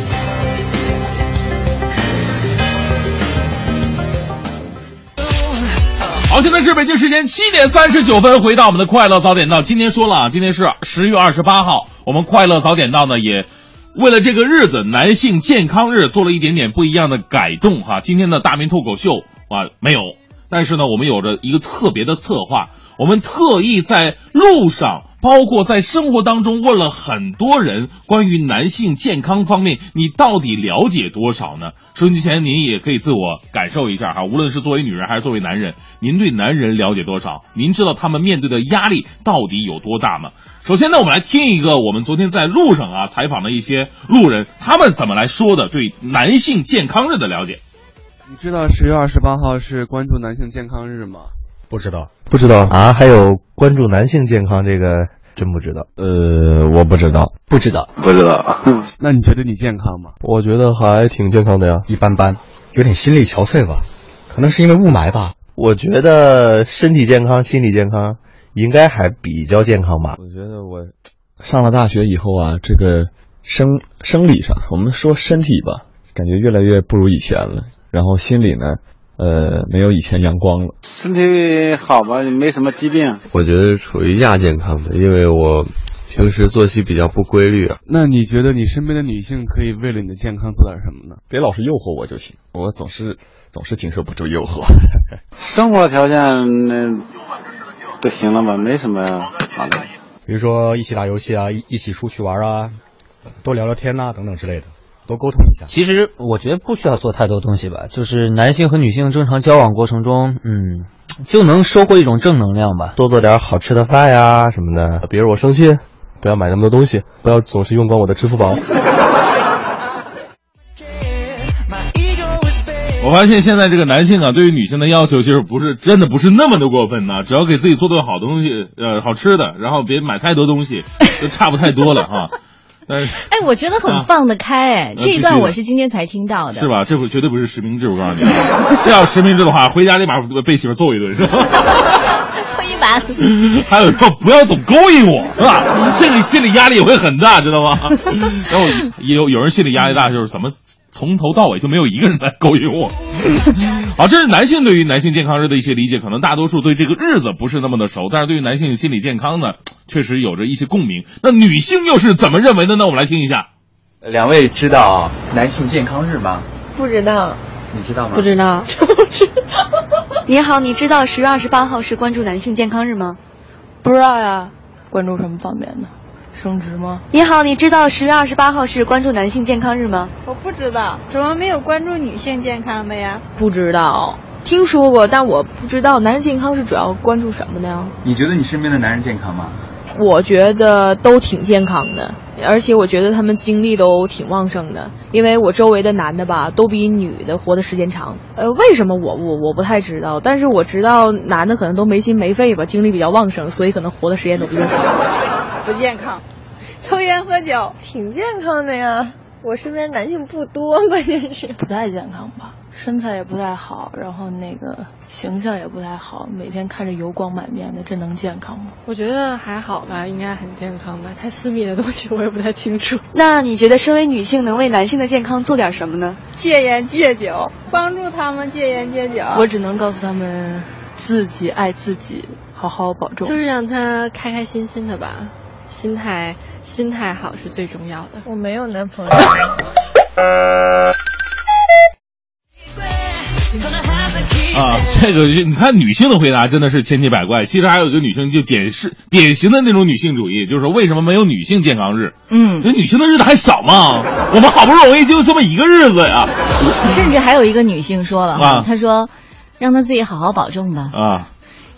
好，现在是北京时间7点39分，回到我们的快乐早点到。今天说了，今天是10月28号，我们快乐早点到呢也为了这个日子，男性健康日做了一点点不一样的改动哈。今天的大明脱口秀没有，但是呢，我们有着一个特别的策划，我们特意在路上，包括在生活当中问了很多人关于男性健康方面，你到底了解多少呢？收音机前您也可以自我感受一下哈，无论是作为女人还是作为男人，您对男人了解多少？您知道他们面对的压力到底有多大吗？首先呢，我们来听一个我们昨天在路上采访了一些路人，他们怎么来说的对男性健康日的了解。 你知道10月28号是关注男性健康日吗？ 不知道啊，还有关注男性健康这个真不知道。我不知道。 那你觉得你健康吗？ 我觉得还挺健康的呀， 一般般，有点心力憔悴吧，可能是因为雾霾吧。 我觉得身体健康、心理健康应该还比较健康吧。 我觉得我上了大学以后啊，这个生理上，我们说身体吧，感觉越来越不如以前了。然后心理呢，没有以前阳光了。 身体好吧，没什么疾病。 我觉得处于亚健康的，因为我平时作息比较不规律啊。 那你觉得你身边的女性可以为了你的健康做点什么呢？ 别老是诱惑我就行，我总是经受不住诱惑。 生活条件都行了吧，没什么好的。 比如说一起打游戏啊，一起出去玩啊，多聊聊天啊，等等之类的。多沟通一下。 其实我觉得不需要做太多东西吧，就是男性和女性正常交往过程中，就能收获一种正能量吧。 多做点好吃的饭呀什么的。 比如我生气，不要买那么多东西，不要总是用光我的支付宝。 我发现现在这个男性对于女性的要求其实真的不是那么的过分呢，只要给自己做顿好东西，好吃的，然后别买太多东西，就差不太多了哈。但是， 我觉得很放得开这一段我是今天才听到的， 是吧？这回绝对不是实名制，我告诉你，这要实名制的话，回家得把被媳妇揍一顿，是吧？ 搓衣板。 还有说不要总勾引我，是吧？这个心理压力也会很大，知道吗？然后有人心理压力大，就是怎么从头到尾就没有一个人来勾引我。好，这是男性对于男性健康日的一些理解，可能大多数对这个日子不是那么的熟，但是对于男性心理健康呢，确实有着一些共鸣。那女性又是怎么认为的呢？我们来听一下。 两位知道男性健康日吗？ 不知道。 你知道吗？ 不知道。 你好，你知道10月28号是关注男性健康日吗？ 不知道呀。关注什么方面的？升职吗？ 你好，你知道10月28号是关注男性健康日吗？ 我不知道，怎么没有关注女性健康的呀？ 不知道，听说过，但我不知道男人健康是主要关注什么的呀？ 你觉得你身边的男人健康吗？ 我觉得都挺健康的，而且我觉得他们精力都挺旺盛的，因为我周围的男的吧，都比女的活的时间长。为什么我不太知道，但是我知道男的可能都没心没肺吧，精力比较旺盛，所以可能活的时间都比较长。 不健康，抽烟喝酒挺健康的呀。我身边男性不多，关键是不太健康吧，身材也不太好，然后那个形象也不太好，每天看着油光满面的，这能健康吗？我觉得还好吧，应该很健康吧。太私密的东西我也不太清楚。 那你觉得身为女性能为男性的健康做点什么呢？ 戒烟戒酒，帮助他们戒烟戒酒。 我只能告诉他们自己爱自己，好好保重，就是让他开开心心的吧，心态好是最重要的。我没有男朋友。 这个你看女性的回答真的是千奇百怪。其实还有一个女性就典型的那种女性主义，就是说为什么没有女性健康日？这女性的日子还少吗？我们好不容易就这么一个日子呀。 甚至还有一个女性说了她说让她自己好好保重吧。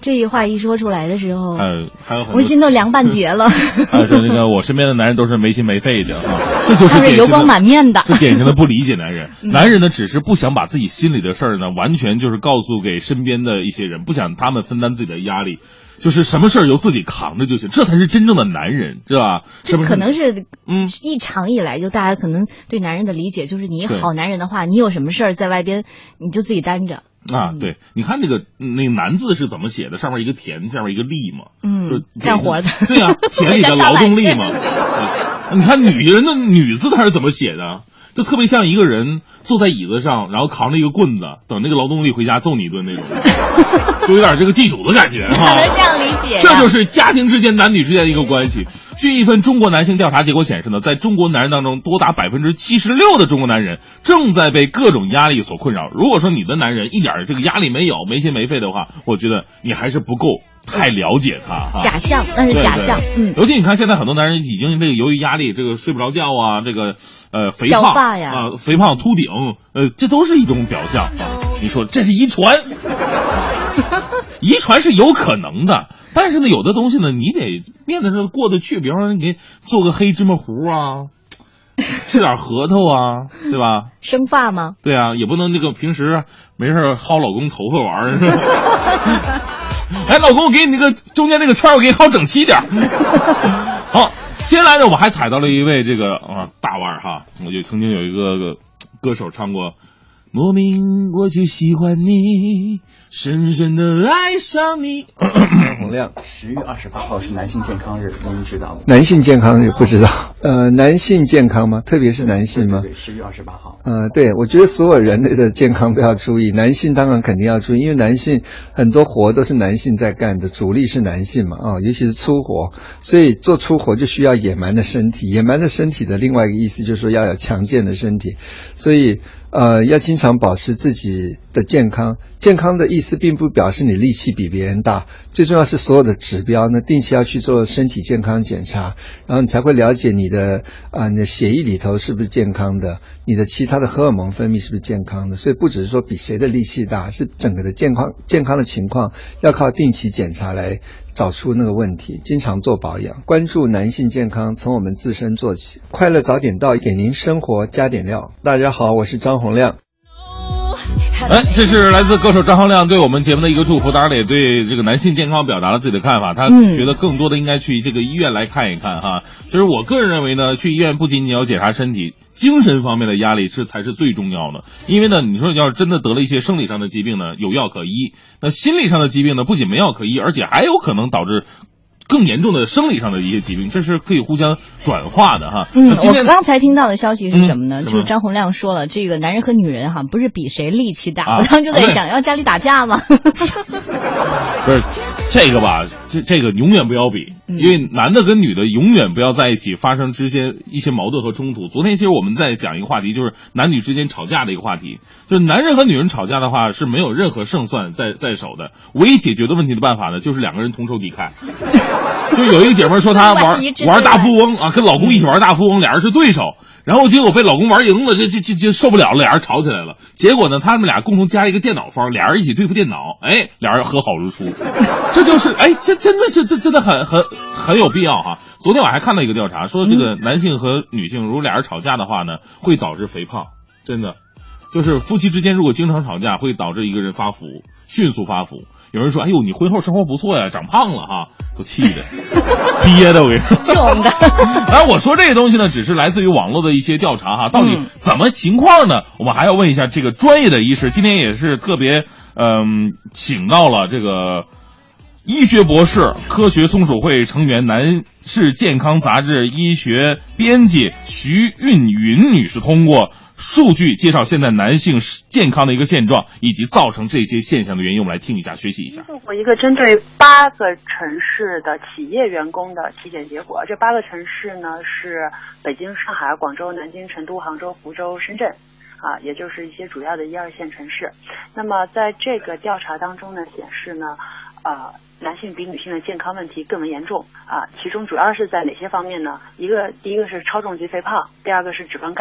这句话一说出来的时候， 还有很多我心都凉半截了。 这那个我身边的男人都是没心没肺的啊，这就是他是油光满面的， 这典型的不理解男人。男人呢，只是不想把自己心里的事儿呢，完全就是告诉给身边的一些人，不想他们分担自己的压力。就是什么事儿由自己扛着就行，这才是真正的男人，是吧？ 这可能是一长以来就大家可能对男人的理解，就是你好男人的话，你有什么事儿在外边你就自己担着。 对，你看那个男字是怎么写的？上面一个田，下面一个力嘛， 干活的。 对啊，田里的劳动力嘛。你看女人的女字它是怎么写的？就特别像一个人坐在椅子上，然后扛着一个棍子，等那个劳动力回家揍你一顿那种，就有点这个地主的感觉哈。 能这样理解， 这就是家庭之间男女之间的一个关系。据一份中国男性调查结果显示呢，在中国男人当中，多达76%的中国男人正在被各种压力所困扰。如果说你的男人一点这个压力没有，没心没肺的话，我觉得你还是不够太了解他。 假象，那是假象。 尤其你看现在很多男人已经这个由于压力，这个睡不着觉啊，这个肥胖啊，肥胖秃顶，这都是一种表象。你说这是遗传？遗传是有可能的，但是呢，有的东西呢，你得面子上过得去。比方说，你给做个黑芝麻糊啊，吃点核桃啊，对吧？ 生发吗？ 对啊，也不能那个平时没事薅老公头发玩儿。哎，老公，我给你那个中间那个圈，我给你薅整齐点。好，接下来呢，我还踩到了一位这个大腕哈，我就曾经有一个歌手唱过。莫名我就喜欢你，深深的爱上你。 洪亮，10月28号是男性健康日，您知道吗？ 男性健康日不知道，男性健康吗？特别是男性吗？ 对，10月28号。 对，我觉得所有人类的健康都要注意，男性当然肯定要注意，因为男性很多活都是男性在干的，主力是男性嘛，尤其是粗活，所以做粗活就需要野蛮的身体，野蛮的身体的另外一个意思就是说要有强健的身体，所以要经常保持自己的健康。健康的意思并不表示你力气比别人大，最重要是所有的指标呢，定期要去做身体健康检查，然后你才会了解你的血液里头是不是健康的，你的其他的荷尔蒙分泌是不是健康的。所以不只是说比谁的力气大，是整个的健康的情况要靠定期检查来找出那个问题，经常做保养，关注男性健康，从我们自身做起。快乐早点到，给您生活加点料。大家好，我是张洪亮。 这是来自歌手张洪亮对我们节目的一个祝福，当然也对这个男性健康表达了自己的看法。他觉得更多的应该去这个医院来看一看哈。就是我个人认为呢，去医院不仅仅要检查身体，精神方面的压力才是最重要的。因为呢，你说要是真的得了一些生理上的疾病呢，有药可医；那心理上的疾病呢，不仅没药可医，而且还有可能导致更严重的生理上的一些疾病，这是可以互相转化的哈。 我刚才听到的消息是什么呢？就是张洪亮说了，这个男人和女人哈，不是比谁力气大。我刚就在想，要家里打架吗？ 不是这个吧，这个永远不要比，因为男的跟女的永远不要在一起发生之间一些矛盾和冲突。昨天其实我们在讲一个话题，就是男女之间吵架的一个话题，就是男人和女人吵架的话是没有任何胜算在手的，唯一解决的问题的办法呢，就是两个人同仇敌忾。就有一个姐妹说她玩大富翁啊，跟老公一起玩大富翁，俩人是对手，然后结果被老公玩赢了，这受不了了，俩人吵起来了。结果呢，他们俩共同加一个电脑方，俩人一起对付电脑，俩人和好如初。这就是这真的很有必要哈。昨天我还看到一个调查，说这个男性和女性如果俩人吵架的话呢，会导致肥胖，真的。就是夫妻之间如果经常吵架，会导致一个人发福，迅速发福。有人说：“哎呦，你婚后生活不错呀，长胖了哈。”都气的，憋的，我跟你说。 肿的。 然后我说这个东西呢，只是来自于网络的一些调查哈，到底怎么情况呢？我们还要问一下这个专业的医师。今天也是特别请到了这个医学博士、科学松鼠会成员、男士健康杂志医学编辑徐韵云女士，通过数据介绍现在男性健康的一个现状，以及造成这些现象的原因。我们来听一下，学习一下。 做过一个针对8个城市的企业员工的体检结果，这8个城市呢是北京、上海、广州、南京、成都、杭州、福州、深圳。也就是一些主要的1、2线城市。那么在这个调查当中呢，显示呢，男性比女性的健康问题更为严重其中主要是在哪些方面呢？第一个是超重及肥胖，第二个是脂肪肝，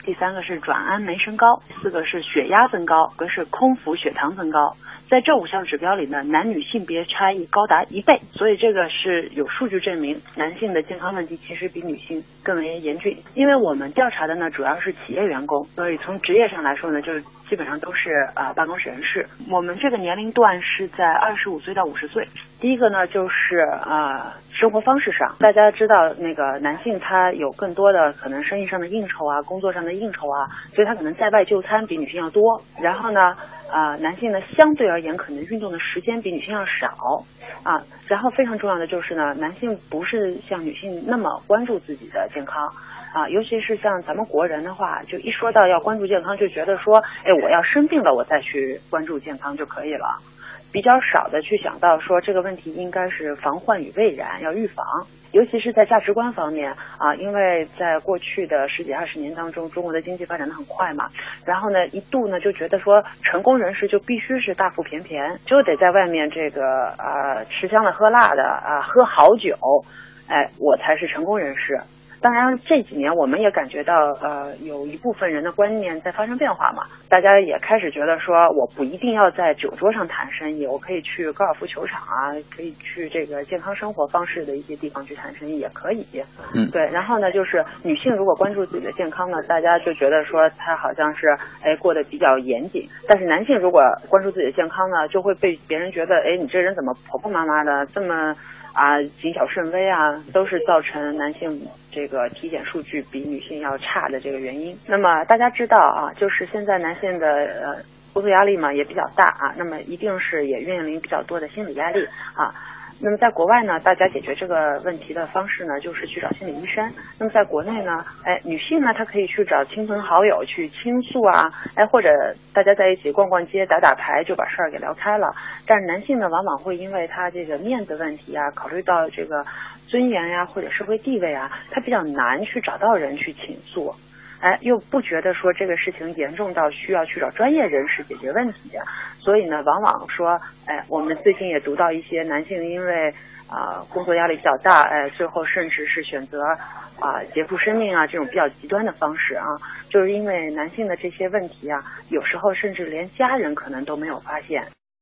第3个是转氨酶升高，第4个是血压增高，跟是空腹血糖增高。在这5项指标里呢，男女性别差异高达1倍，所以这个是有数据证明男性的健康问题其实比女性更为严峻。因为我们调查的呢主要是企业员工，所以从职业上来说呢，就是基本上都是办公室人士。我们这个年龄段是在25岁到50岁。第一个呢就是生活方式上，大家知道那个男性他有更多的可能生意上的应酬啊，工作上的应酬啊，所以他可能在外就餐比女性要多。然后呢男性呢相对而言可能运动的时间比女性要少然后非常重要的就是呢，男性不是像女性那么关注自己的健康尤其是像咱们国人的话，就一说到要关注健康，就觉得说我要生病了我再去关注健康就可以了，比较少的去想到说这个问题应该是防患于未然，要预防。尤其是在价值观方面因为在过去的10几20年当中，中国的经济发展的很快嘛，然后呢一度呢就觉得说成功人士就必须是大腹便便，就得在外面这个吃香的喝辣的喝好酒，我才是成功人士。当然这几年我们也感觉到有一部分人的观念在发生变化嘛，大家也开始觉得说我不一定要在酒桌上谈生意，我可以去高尔夫球场可以去这个健康生活方式的一些地方去谈生意也可以。对，然后呢就是女性如果关注自己的健康呢，大家就觉得说她好像是过得比较严谨，但是男性如果关注自己的健康呢，就会被别人觉得你这人怎么婆婆妈妈的这么谨小慎微都是造成男性这个体检数据比女性要差的这个原因。那么大家知道就是现在男性的工作压力嘛也比较大那么一定是也面临比较多的心理压力那么在国外呢，大家解决这个问题的方式呢，就是去找心理医生。那么在国内呢，女性呢，她可以去找亲朋好友去倾诉或者大家在一起逛逛街、打打牌，就把事儿给聊开了。但是男性呢，往往会因为他这个面子问题考虑到这个尊严或者社会地位他比较难去找到人去倾诉。又不觉得说这个事情严重到需要去找专业人士解决问题所以呢往往说我们最近也读到一些男性因为工作压力比较大最后甚至是选择结束生命这种比较极端的方式就是因为男性的这些问题有时候甚至连家人可能都没有发现。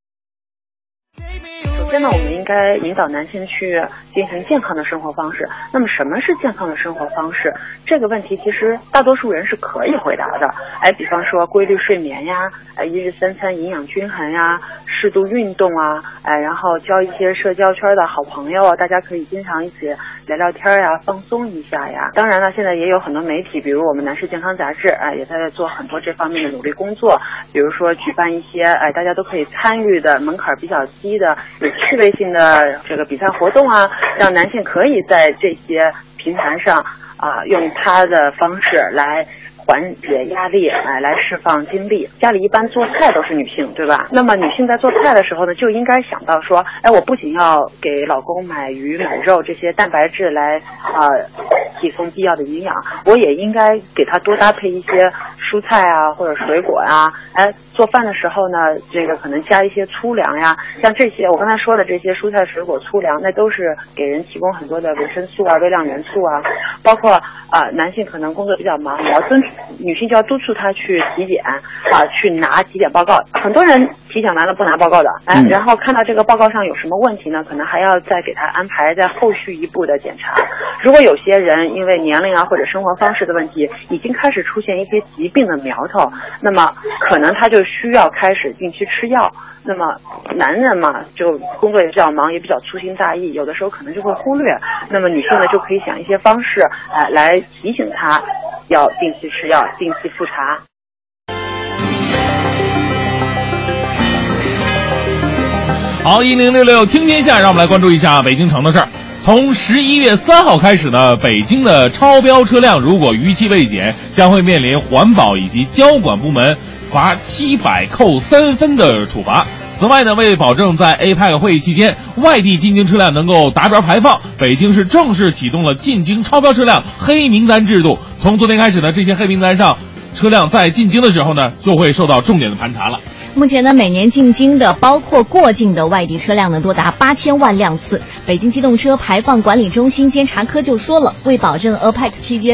首先呢，我们应该引导男性去进行健康的生活方式。那么什么是健康的生活方式？这个问题其实大多数人是可以回答的。比方说规律睡眠一日3餐营养均衡适度运动然后交一些社交圈的好朋友大家可以经常一起聊聊天放松一下当然了，现在也有很多媒体，比如我们男士健康杂志也在做很多这方面的努力工作，比如说举办一些大家都可以参与的门槛比较低的有趣味性的这个比赛活动让男性可以在这些平台上用他的方式来缓解压力来释放精力。家里一般做菜都是女性对吧？那么女性在做菜的时候呢，就应该想到说我不仅要给老公买鱼买肉这些蛋白质来提供必要的营养，我也应该给他多搭配一些蔬菜或者水果做饭的时候呢，这个可能加一些粗粮像这些我刚才说的这些蔬菜水果粗粮，那都是给人提供很多的维生素微量元素包括男性可能工作比较忙，女性就要督促他去体检去拿体检报告。很多人体检完了不拿报告的然后看到这个报告上有什么问题呢，可能还要再给他安排在后续一步的检查。如果有些人因为年龄或者生活方式的问题已经开始出现一些疾病的苗头，那么可能他就需要开始定期吃药。那么男人嘛，就工作也比较忙，也比较粗心大意，有的时候可能就会忽略。那么女性呢，就可以想一些方式来提醒他要定期吃药，定期复查。 好，1066听天下，让我们来关注一下北京城的事儿。从11月3号开始呢，北京的超标车辆如果逾期未检，将会面临环保以及交管部门罚700扣3分的处罚。此外呢，为保证在 APEC 会议期间外地进京车辆能够达标排放，北京市正式启动了进京超标车辆黑名单制度。从昨天开始呢，这些黑名单上车辆在进京的时候呢，就会受到重点的盘查了。 目前呢，每年进京的包括过境的外地车辆呢，多达8000万辆次。北京机动车排放管理中心监察科就说了，为保证 APEC 期间呢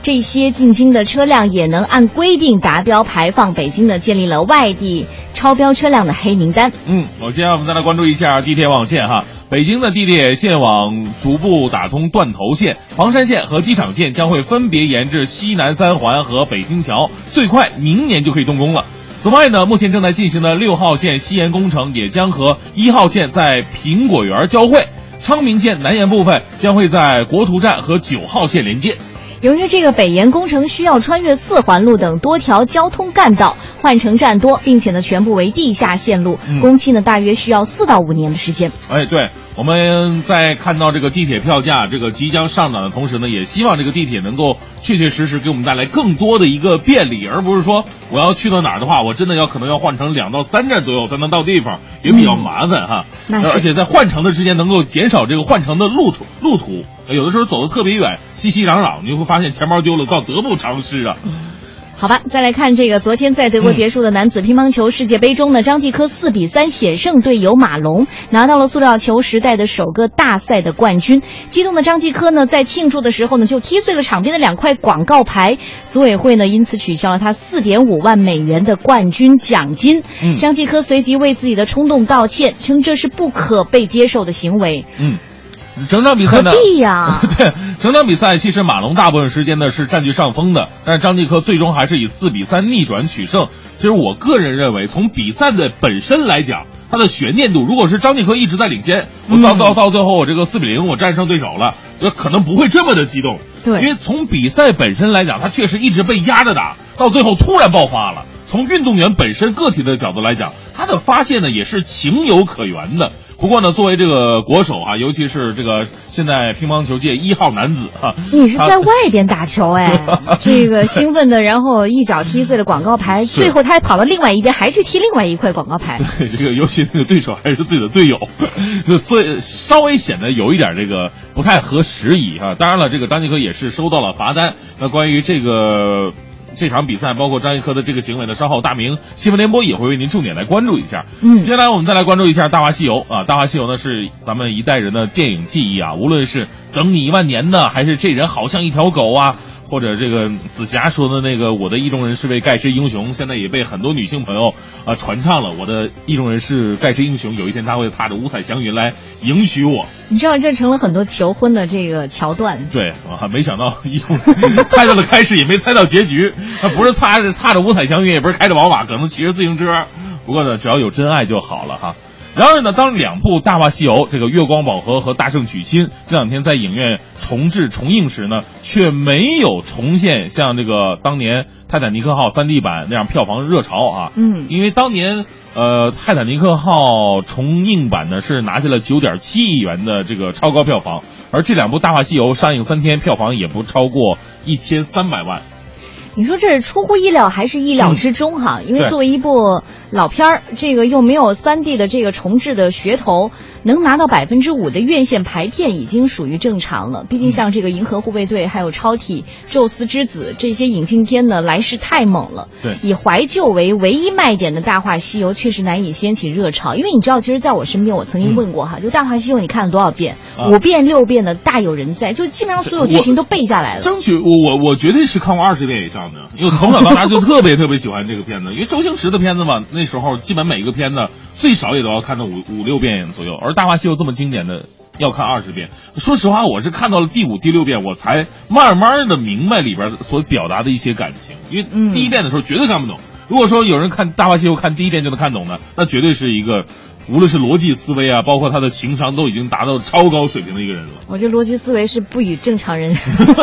这些进京的车辆也能按规定达标排放，北京呢建立了外地超标车辆的黑名单。 接下来我们再来关注一下地铁网线哈。北京的地铁线网逐步打通断头线，房山线和机场线将会分别延至西南三环和北京桥，最快明年就可以动工了。此外呢，目前正在进行的6号线西延工程也将和1号线在苹果园交汇，昌明线南延部分将会在国图站和9号线连接。 由于这个北延工程需要穿越4环路等多条交通干道，换乘站多，并且呢全部为地下线路，工期呢大约需要4到5年的时间。 对，我们在看到这个地铁票价这个即将上涨的同时呢，也希望这个地铁能够确确实实给我们带来更多的一个便利，而不是说我要去到哪儿的话，我真的可能要换乘2到3站左右才能到地方，也比较麻烦哈。而且在换乘的之间能够减少这个换乘的路途，有的时候走得特别远，熙熙攘攘，你会发现钱包丢了，倒得不偿失啊。 好吧，再来看这个昨天在德国结束的男子乒乓球世界杯中呢，张继科4比3险胜队友马龙，拿到了塑料球时代的首个大赛的冠军。激动的张继科呢，在庆祝的时候呢，就踢碎了场边的2块广告牌，组委会呢因此取消了他4.5万美元的冠军奖金。张继科随即为自己的冲动道歉，称这是不可被接受的行为。 整场比赛呢？ 何必呀？ 对，整场比赛其实马龙大部分时间呢是占据上风的，但是张继科最终还是以4比3逆转取胜。其实我个人认为，从比赛的本身来讲，它的悬念度，如果是张继科一直在领先，我到最后我这个4比0我战胜对手了，可能不会这么的激动。 对， 因为从比赛本身来讲，他确实一直被压着打，到最后突然爆发了。从运动员本身个体的角度来讲，他的发现呢也是情有可原的。不过呢，作为这个国手啊，尤其是这个现在乒乓球界1号男子啊， 你是在外边打球这个兴奋的，然后一脚踢碎了广告牌，最后他还跑到另外一边，还去踢另外一块广告牌。 对，这个尤其那个对手还是自己的队友，所以稍微显得有一点这个不太合时宜啊。当然了，这个张继科也是收到了罚单。那关于这场比赛，包括张继科的这个行为呢，稍后大明新闻联播也会为您重点来关注一下。接下来我们再来关注一下《大话西游》啊，《大话西游》呢是咱们一代人的电影记忆啊，无论是等你1万年的，还是这人好像一条狗啊，或者这个紫霞说的那个我的意中人是位盖世英雄，现在也被很多女性朋友传唱了。我的意中人是盖世英雄，有一天他会踏着五彩祥云来迎娶我。 你知道这成了很多求婚的这个桥段。 对，没想到猜到了开始，也没猜到结局。他不是踏着五彩祥云，也不是开着宝马，可能骑着自行车。不过呢，只要有真爱就好了哈。然而呢，当2部《大话西游》这个月光宝盒和大圣娶亲这2天在影院重映时呢，却没有重现像这个当年泰坦尼克号 3D 版那样票房热潮啊。因为当年泰坦尼克号重映版呢是拿下了9.7亿元的这个超高票房，而这2部《大话西游》上映3天票房也不超过1300万。 你说这是出乎意料还是意料之中哈？因为作为一部老片儿，这个又没有3D 的这个重制的噱头，能拿到5%的院线排片已经属于正常了。毕竟像这个《银河护卫队》还有《超体》《宙斯之子》这些引进片呢，来势太猛了。 对， 以怀旧为唯一卖点的《大话西游》确实难以掀起热潮。因为你知道，其实在我身边，我曾经问过哈，就《大话西游》你看了多少遍？5遍6遍的大有人在，就基本上所有剧情都背下来了。 争取我绝对是看过20遍以上的，因为从小到大就特别喜欢这个片子。因为周星驰的片子嘛，那时候基本每一个片子最少也都要看到5、6遍左右，而《大话西游》这么经典的要看20遍。说实话，我是看到了第5、第6遍，我才慢慢的明白里边所表达的一些感情。因为第1遍的时候绝对看不懂。如果说有人看《大话西游》看第1遍就能看懂的，那绝对是一个无论是逻辑思维啊，包括他的情商都已经达到超高水平的一个人了。 我觉得逻辑思维是不与正常人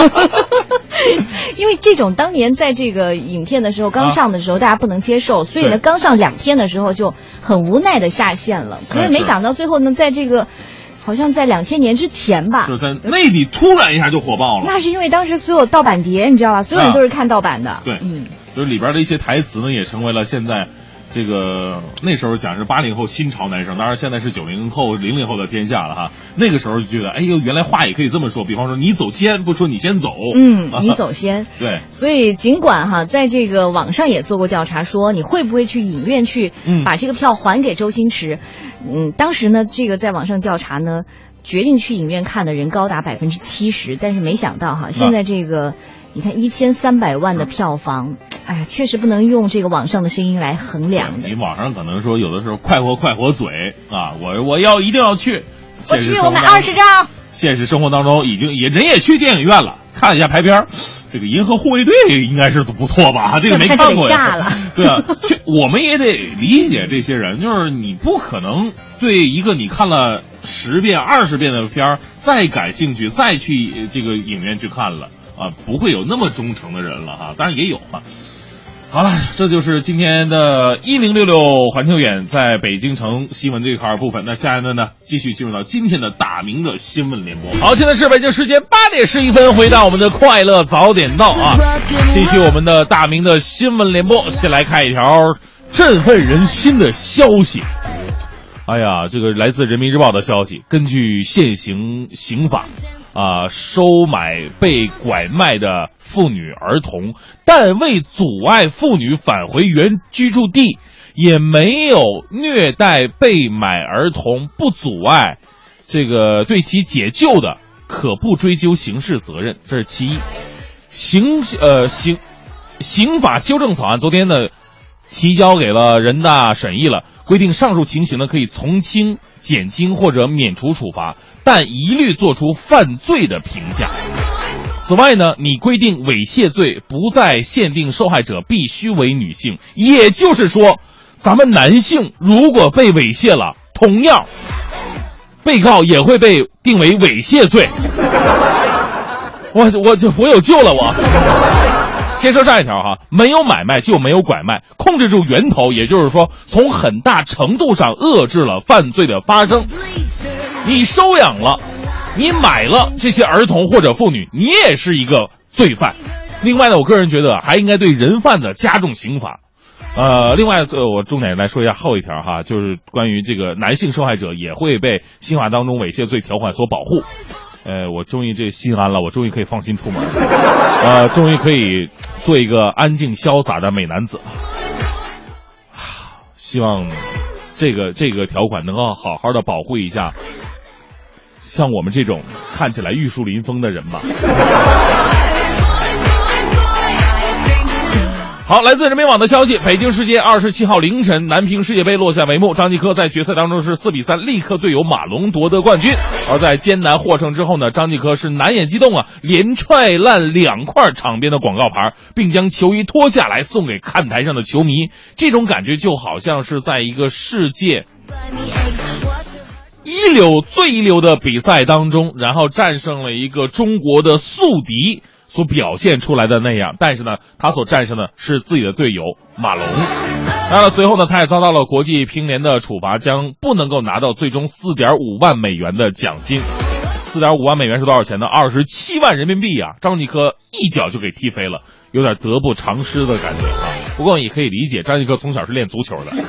因为这种当年在这个影片的时候刚上的时候大家不能接受，所以呢刚上2天的时候就很无奈的下线了。可是没想到最后呢，在这个好像在2000年之前吧， 就是在内地突然一下就火爆了。 那是因为当时所有盗版碟，你知道吧？所有人都是看盗版的。 对，就是里边的一些台词呢，也成为了现在这个那时候讲是80后新潮男生，当然现在是90后、00后的天下了哈。那个时候就觉得，哎呦，原来话也可以这么说。比方说，你走先，不说你先走。 你走先。 对。 所以尽管哈，在这个网上也做过调查，说你会不会去影院去把这个票还给周星驰？当时呢，这个在网上调查呢，决定去影院看的人高达70%，但是没想到哈，现在这个你看1300万的票房，哎呀，确实不能用这个网上的声音来衡量的。 你网上可能说有的时候快活嘴啊，我一定要去， 我去，我买20张。 现实生活当中人也去电影院了，看了一下排片，这个银河护卫队应该是不错吧？这个没看过呀。对啊，我们也得理解这些人，就是你不可能对一个你看了10遍、20遍的片儿再感兴趣，再去这个影院去看了啊，不会有那么忠诚的人了哈。当然也有啊。好了，这就是今天的1066环球眼在北京城新闻这一块部分。那下面呢，继续进入到今天的大明的新闻联播。好，现在是北京时间8点11分，回到我们的快乐早点到啊，继续我们的大明的新闻联播。先来看一条振奋人心的消息。哎呀，这个来自人民日报的消息，根据现行刑法收买被拐卖的妇女儿童，但未阻碍妇女返回原居住地，也没有虐待被买儿童，不阻碍这个对其解救的，可不追究刑事责任。这是其一。刑法修正草案昨天呢提交给了人大审议了，规定上述情形呢可以从轻、减轻或者免除处罚，但一律做出犯罪的评价。此外呢，你规定猥亵罪不再限定受害者必须为女性，也就是说，咱们男性如果被猥亵了，同样被告也会被定为猥亵罪。我有救了我。先说上一条哈，没有买卖就没有拐卖，控制住源头，也就是说从很大程度上遏制了犯罪的发生。你收养了，你买了这些儿童或者妇女，你也是一个罪犯。另外呢，我个人觉得还应该对人贩子加重刑罚。另外我重点来说一下后一条哈，就是关于这个男性受害者也会被刑法当中猥亵罪条款所保护。我终于心安了，我终于可以放心出门，终于可以做一个安静潇洒的美男子。希望这个条款能够好好的保护一下像我们这种看起来玉树临风的人吧。好，来自人民网的消息，北京时间27号凌晨，南平世界杯落下帷幕，张继科在决赛当中是4比3力克队友马龙夺得冠军。而在艰难获胜之后呢，张继科是难掩激动啊，连踹烂2块场边的广告牌，并将球衣脱下来送给看台上的球迷。这种感觉就好像是在一个世界最一流的比赛当中，然后战胜了一个中国的宿敌所表现出来的那样，但是呢，他所战胜的是自己的队友马龙。当然了，随后呢，他也遭到了国际乒联的处罚，将不能够拿到最终4.5万美元的奖金。4.5万美元是多少钱呢？27万人民币啊！张继科一脚就给踢飞了，有点得不偿失的感觉啊。不过也可以理解，张继科从小是练足球的。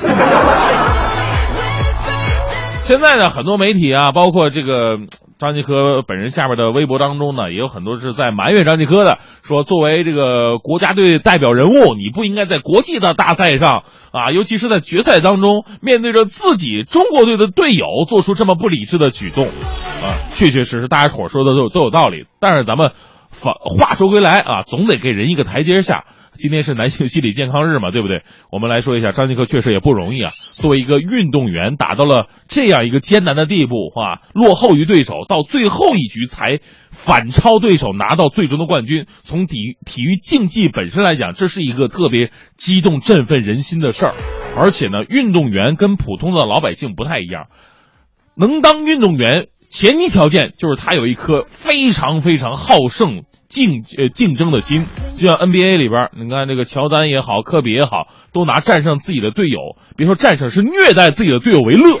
现在呢，很多媒体啊，包括这个张继科本人下面的微博当中呢，也有很多是在埋怨张继科的，说作为这个国家队代表人物，你不应该在国际的大赛上啊，尤其是在决赛当中，面对着自己中国队的队友，做出这么不理智的举动啊，确确实实大家伙说的都有道理。但是咱们话说归来啊，总得给人一个台阶下。今天是男性心理健康日嘛，对不对？我们来说一下，张继科确实也不容易啊。作为一个运动员，打到了这样一个艰难的地步啊，落后于对手，到最后一局才反超对手，拿到最终的冠军。从体育竞技本身来讲，这是一个特别激动、振奋人心的事儿。而且呢，运动员跟普通的老百姓不太一样，能当运动员，前提条件就是他有一颗非常非常好胜竞争的心。就像 NBA 里边，你看这个乔丹也好，科比也好，都拿战胜自己的队友，别说战胜，是虐待自己的队友为乐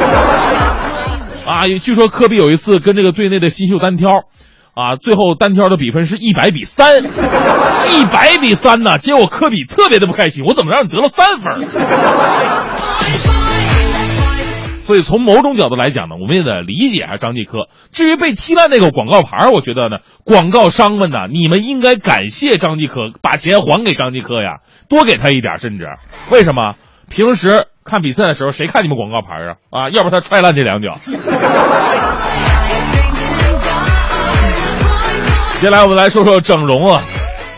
啊！据说科比有一次跟这个队内的新秀单挑啊，最后单挑的比分是100比3，100比3呢，结果科比特别的不开心，我怎么让你得了3分？所以从某种角度来讲呢，我们也得理解啊张继科。至于被踢烂那个广告牌，我觉得呢，广告商们呢，你们应该感谢张继科，把钱还给张继科呀，多给他一点，甚至为什么？平时看比赛的时候，谁看你们广告牌啊？要不他踹烂这2脚。接下来我们来说说整容啊。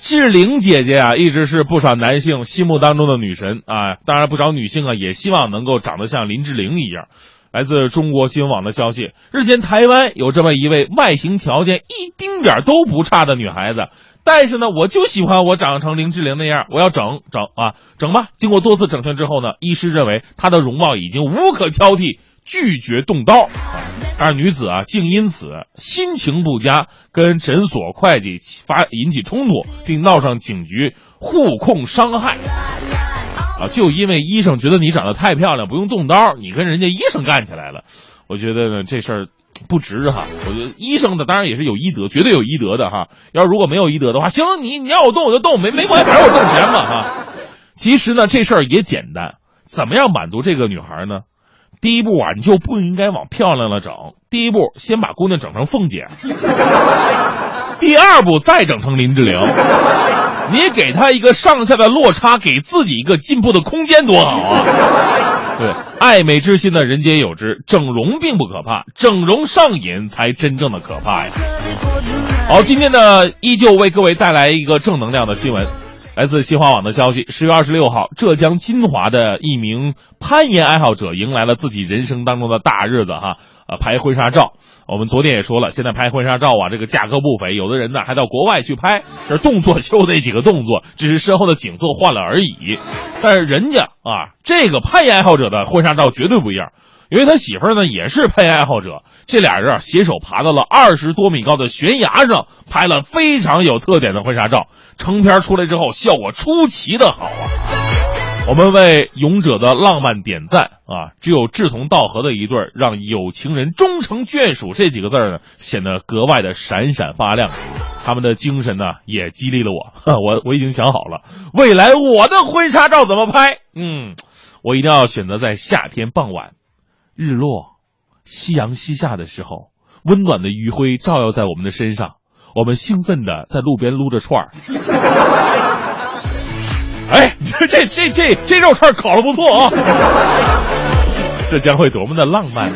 志玲姐姐啊，一直是不少男性心目当中的女神啊，当然不少女性啊也希望能够长得像林志玲一样。来自中国新闻网的消息，日前台湾有这么一位外形条件一丁点都不差的女孩子，但是呢，我就喜欢我长成林志玲那样，我要整吧。经过多次整形之后呢，医师认为她的容貌已经无可挑剔，拒绝动刀。而女子啊，竟因此心情不佳，跟诊所会计引起冲突，并闹上警局互控伤害。就因为医生觉得你长得太漂亮，不用动刀，你跟人家医生干起来了。我觉得呢，这事儿不值哈。我觉得医生的当然也是有医德，绝对有医德的哈。如果没有医德的话，行，你要我动我就动，没关系，反正我挣钱嘛哈。其实呢，这事儿也简单，怎么样满足这个女孩呢？第一步啊，你就不应该往漂亮了整。第一步，先把姑娘整成凤姐。第二步，再整成林志玲。你给她一个上下的落差，给自己一个进步的空间，多好啊！对，爱美之心的人皆有之，整容并不可怕，整容上瘾才真正的可怕呀。好，今天呢，依旧为各位带来一个正能量的新闻。来自新华网的消息，10月26号，浙江金华的一名攀岩爱好者迎来了自己人生当中的大日子哈，拍婚纱照。我们昨天也说了，现在拍婚纱照啊，这个价格不菲，有的人呢还到国外去拍，这动作就那几个动作，只是身后的景色换了而已。但是人家啊，这个攀岩爱好者的婚纱照绝对不一样。因为他媳妇儿呢也是攀岩爱好者，这俩人啊携手爬到了20多米高的悬崖上，拍了非常有特点的婚纱照。成片出来之后，效果出奇的好啊！我们为勇者的浪漫点赞啊！只有志同道合的一对，让有情人终成眷属这几个字呢显得格外的闪闪发亮。他们的精神呢也激励了我已经想好了，未来我的婚纱照怎么拍？我一定要选择在夏天傍晚。日落，夕阳西下的时候，温暖的余晖照耀在我们的身上，我们兴奋的在路边撸着串儿。哎，这肉串烤得不错啊！这将会多么的浪漫！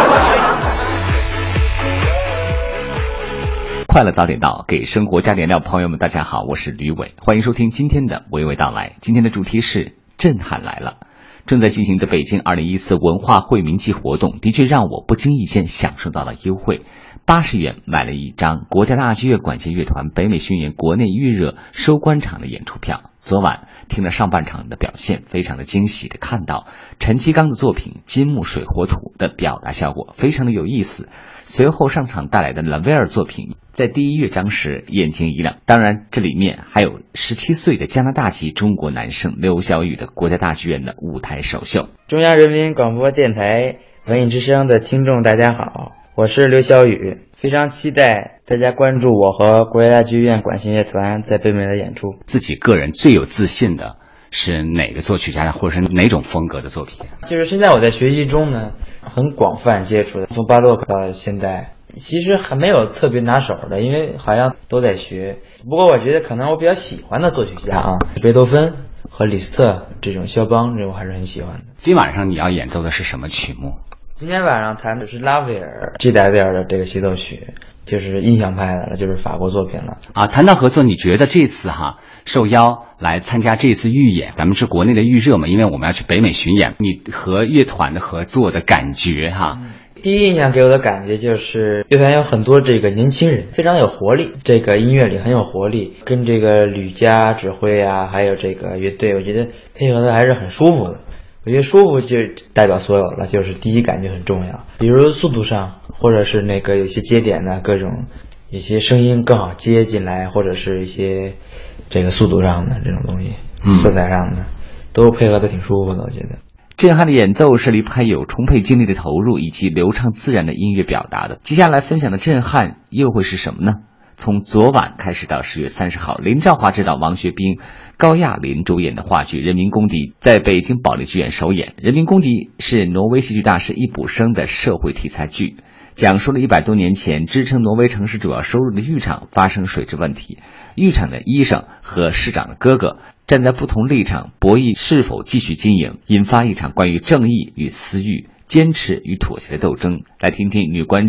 快乐早点到，给生活加点料，朋友们，大家好，我是吕伟，欢迎收听今天的娓娓道来。今天的主题是震撼来了。正在进行的北京2014文化惠民季活动，的确让我不经意间享受到了优惠，80元买了一张国家大剧院管弦乐团北美巡演国内预热收官场的演出票。昨晚听了上半场的表现，非常的惊喜的看到陈其刚的作品《金木水火土》的表达效果非常的有意思。随后上场带来的拉威尔作品，在第一乐章时眼睛一亮，当然这里面还有17岁的加拿大籍中国男生刘晓宇的国家大剧院的舞台首秀。 中央人民广播电台文艺之声的听众大家好，我是刘晓宇，非常期待大家关注我和国家大剧院管弦乐团在北美的演出。 自己个人最有自信的是哪个作曲家或者是哪种风格的作品？ 就是现在我在学习中呢，很广泛接触的，从巴洛克到现代，其实还没有特别拿手的，因为好像都在学。不过我觉得可能我比较喜欢的作曲家啊，贝多芬和李斯特这种肖邦，这我还是很喜欢的。 今晚上你要演奏的是什么曲目？ 今天晚上弹的是拉威尔 G 大调的这个协奏曲，就是印象派的了，就是法国作品了啊。谈到合作，你觉得这次受邀来参加这次预演，咱们是国内的预热嘛，因为我们要去北美巡演，你和乐团的合作的感觉第一印象给我的感觉就是乐团有很多这个年轻人，非常有活力，这个音乐里很有活力，跟这个吕嘉指挥啊，还有这个乐队，我觉得配合的还是很舒服的。我觉得舒服就代表所有了，就是第一感觉很重要，比如速度上，或者是那个有些节点的各种有些声音更好接进来，或者是一些这个速度上的这种东西，色彩上的都配合的挺舒服的，我觉得。 震撼的演奏是离不开有充沛精力的投入以及流畅自然的音乐表达的。接下来分享的震撼又会是什么呢？从昨晚开始到10月30号，林兆华执导，王学兵、高亚麟主演的话剧《人民公敌》在北京保利剧院首演。《人民公敌》是挪威戏剧大师易卜生的社会题材剧，讲述了100多年前支撑挪威城市主要收入的浴场发生水质问题，浴场的医生和市长的哥哥站在不同立场博弈是否继续经营，引发一场关于正义与私欲、坚持与妥协的斗争。来听听女观众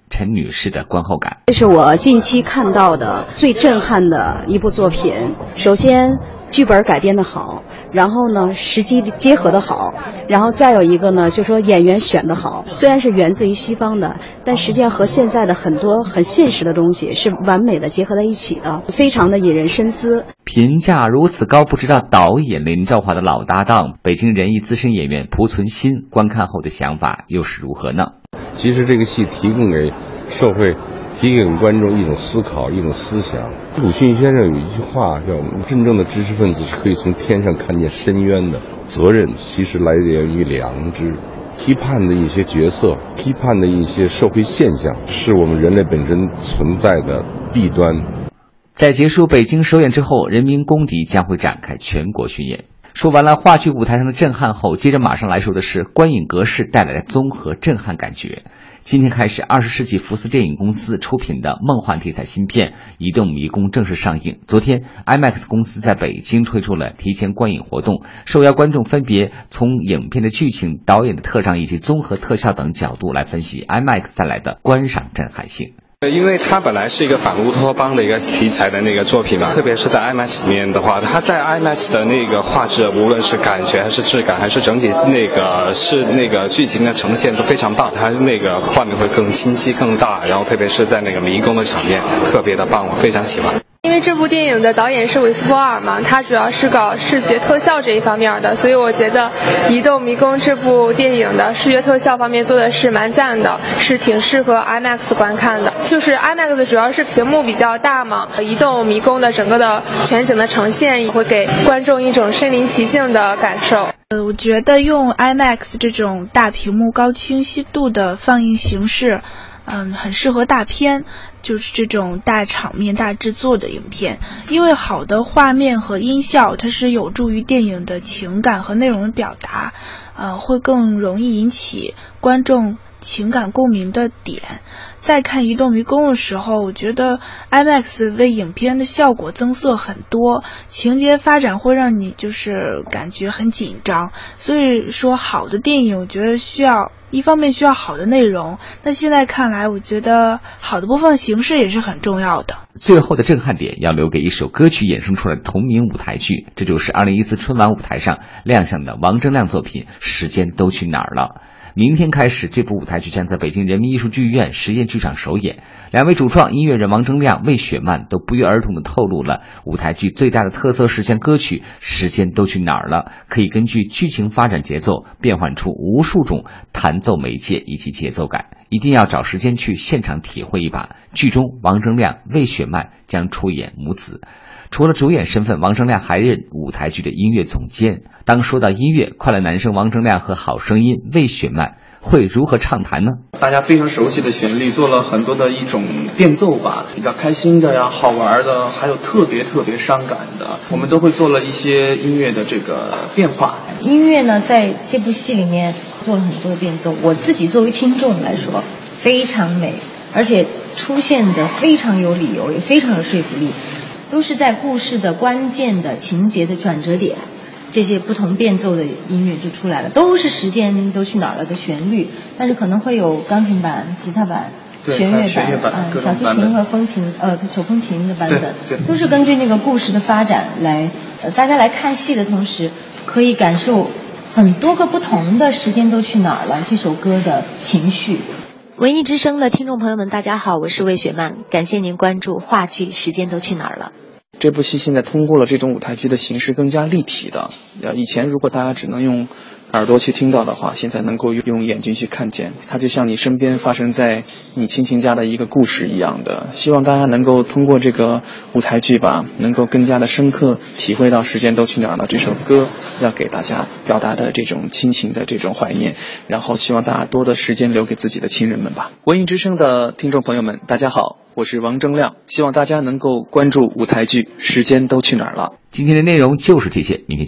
陈女士的观后感。 这是我近期看到的最震撼的一部作品。首先剧本改编的好，然后呢实际结合的好，然后再有一个呢就说演员选的好。虽然是源自于西方的，但实际上和现在的很多很现实的东西是完美的结合在一起的，非常的引人深思。 评价如此高，不知道导演林兆华的老搭档北京人艺资深演员蒲存昕观看后的想法又是如何呢？ 其实这个戏提供给社会，提给观众一种思考，一种思想。鲁迅先生有一句话叫真正的知识分子是可以从天上看见深渊的，责任其实来源于良知。批判的一些角色，批判的一些社会现象，是我们人类本身存在的弊端。 在结束北京首演之后，人民公敌将会展开全国巡演。说完了话剧舞台上的震撼后，接着马上来说的是观影格式带来的综合震撼感觉。今天开始，20世纪福斯电影公司出品的梦幻题材新片《移动迷宫》正式上映。昨天 IMAX 公司在北京推出了提前观影活动，受邀观众分别从影片的剧情、导演的特长以及综合特效等角度来分析 IMAX 带来的观赏震撼性。 因为它本来是一个反乌托邦的一个题材的那个作品嘛，特别是在 IMAX 里面的话，它在 IMAX 的那个画质，无论是感觉还是质感，还是整体那个剧情的呈现都非常棒，它那个画面会更清晰、更大，然后特别是在那个迷宫的场面特别的棒，我非常喜欢。 因为这部电影的导演是韦斯波尔嘛，他主要是搞视觉特效这一方面的，所以我觉得《移动迷宫》这部电影的视觉特效方面做的是蛮赞的，是挺适合 IMAX 观看的。就是 IMAX 主要是屏幕比较大嘛，《移动迷宫》的整个的全景的呈现也会给观众一种身临其境的感受。 我觉得用 IMAX 这种大屏幕高清晰度的放映形式很适合大片，就是这种大场面大制作的影片，因为好的画面和音效它是有助于电影的情感和内容的表达，会更容易引起观众情感共鸣的点。在看《移动迷宫》的时候，我觉得 IMAX 为影片的效果增色很多，情节发展会让你就是感觉很紧张。所以说好的电影我觉得一方面需要好的内容，那现在看来我觉得好的播放形式也是很重要的。 最后的震撼点要留给一首歌曲衍生出来的同名舞台剧，这就是2014春晚舞台上亮相的王铮亮作品《时间都去哪儿了》。明天开始，这部舞台剧将在北京人民艺术剧院实验剧场首演。两位主创音乐人王铮亮、魏雪漫都不约而同地透露了舞台剧最大的特色实现歌曲《时间都去哪儿了》可以根据剧情发展节奏变换出无数种弹奏媒介以及节奏感，一定要找时间去现场体会一把。剧中王铮亮、魏雪漫将出演母子。除了主演身份，王铮亮还任舞台剧的音乐总监。当说到音乐，快乐男声王铮亮和好声音魏雪漫会如何畅谈呢？ 大家非常熟悉的旋律，做了很多的一种变奏吧，比较开心的呀，好玩的，还有特别伤感的，我们都会做了一些音乐的这个变化。 音乐呢，在这部戏里面做了很多的变奏，我自己作为听众来说非常美，而且出现的非常有理由，也非常有说服力，都是在故事的关键的情节的转折点，这些不同变奏的音乐就出来了，都是时间都去哪儿了的旋律，但是可能会有钢琴版、吉他版、弦乐版、小提琴和手风琴的版本，都是根据那个故事的发展来，大家来看戏的同时可以感受很多个不同的时间都去哪儿了这首歌的情绪。文艺之声的听众朋友们，大家好，我是魏雪漫，感谢您关注话剧《时间都去哪儿了》。 这部戏现在通过了这种舞台剧的形式，更加立体的。以前如果大家只能用耳朵去听到的话，现在能够用眼睛去看见，它就像你身边发生在你亲情家的一个故事一样的。希望大家能够通过这个舞台剧吧，能够更加的深刻体会到《时间都去哪儿了》这首歌要给大家表达的这种亲情的这种怀念，然后希望大家多的时间留给自己的亲人们吧。文艺之声的听众朋友们，大家好，我是王铮亮，希望大家能够关注舞台剧《时间都去哪儿了》。 今天的内容就是这些，明天见。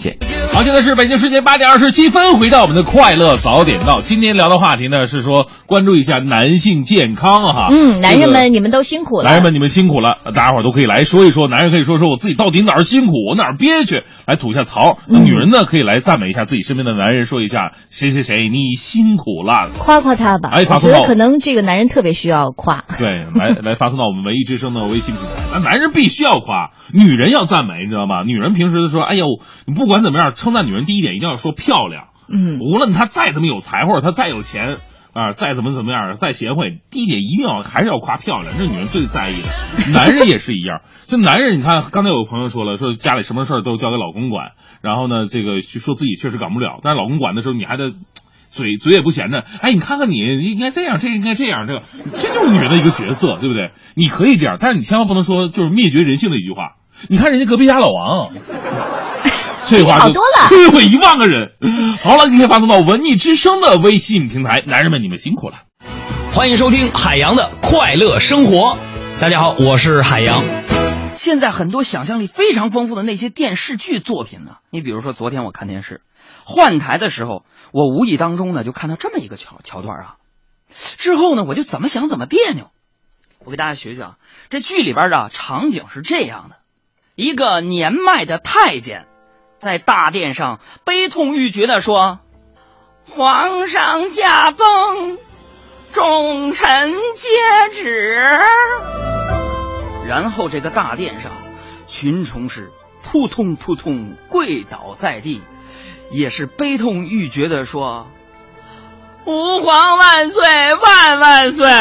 好，现在是北京时间8点27分，回到我们的快乐早点到。今天聊的话题呢是说关注一下男性健康哈。 男人们你们都辛苦了。 男人们你们辛苦了，大家伙都可以来说一说，男人可以说说我自己到底哪儿辛苦，我哪儿憋屈，来吐一下槽。那女人呢可以来赞美一下自己身边的男人，说一下谁谁谁你辛苦了， 夸夸他吧。 哎， 我觉得可能这个男人特别需要夸。 对，来发送到我们文艺之声的微信平台。那男人必须要夸，女人要赞美，你知道吗？女人平时说，哎呦，你不管怎么样，称赞女人第一点一定要说漂亮。无论她再怎么有才，或者她再有钱啊，再怎么样，再贤惠，第一点一定还是要夸漂亮，这是女人最在意的。男人也是一样，就男人，你看刚才有朋友说了，说家里什么事儿都交给老公管，然后呢，这个说自己确实管不了，但是老公管的时候，你还得嘴也不闲着。哎，你看看你应该这样，这应该这样，这就是女人的一个角色，对不对？你可以这样，但是你千万不能说就是灭绝人性的一句话。你看人家隔壁家老王。这话就摧毁1万个人。好了，你可以发送到文艺之声的微信平台。男人们，你们辛苦了！ 欢迎收听海洋的快乐生活。大家好，我是海洋。现在很多想象力非常丰富的那些电视剧作品呢，你比如说昨天我看电视换台的时候，我无意当中呢就看到这么一个桥段啊，之后呢我就怎么想怎么别扭。我给大家学学啊，这剧里边的场景是这样的：一个年迈的太监在大殿上悲痛欲绝地说，皇上驾崩，众臣皆止。然后这个大殿上群臣是扑通扑通跪倒在地，也是悲痛欲绝地说，吾皇万岁万万岁。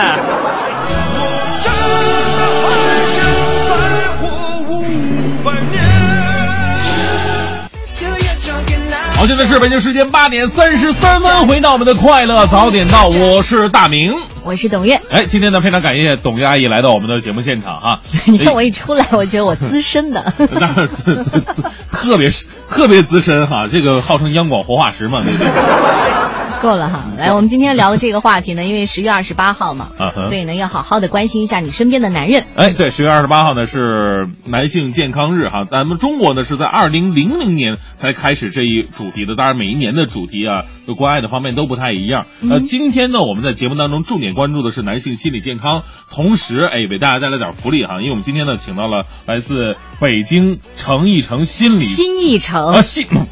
好，现在是北京时间8点33分，回到我们的快乐早点到，我是大明， 我是董月。 哎，今天呢非常感谢董月阿姨来到我们的节目现场哈。 你看我一出来，我觉得我资深的， 特别资深哈，这个号称央广活化石嘛，对不对？ 够了哈，来，我们今天聊的这个话题呢，因为10月28号嘛，所以呢要好好的关心一下你身边的男人。 哎，对，10月28号呢是男性健康日哈，咱们中国呢是在2000年才开始这一主题的，当然每一年的主题啊，就关爱的方面都不太一样。今天呢我们在节目当中重点关注的是男性心理健康，同时为大家带来点福利哈，因为我们今天呢请到了来自北京诚意诚新意诚啊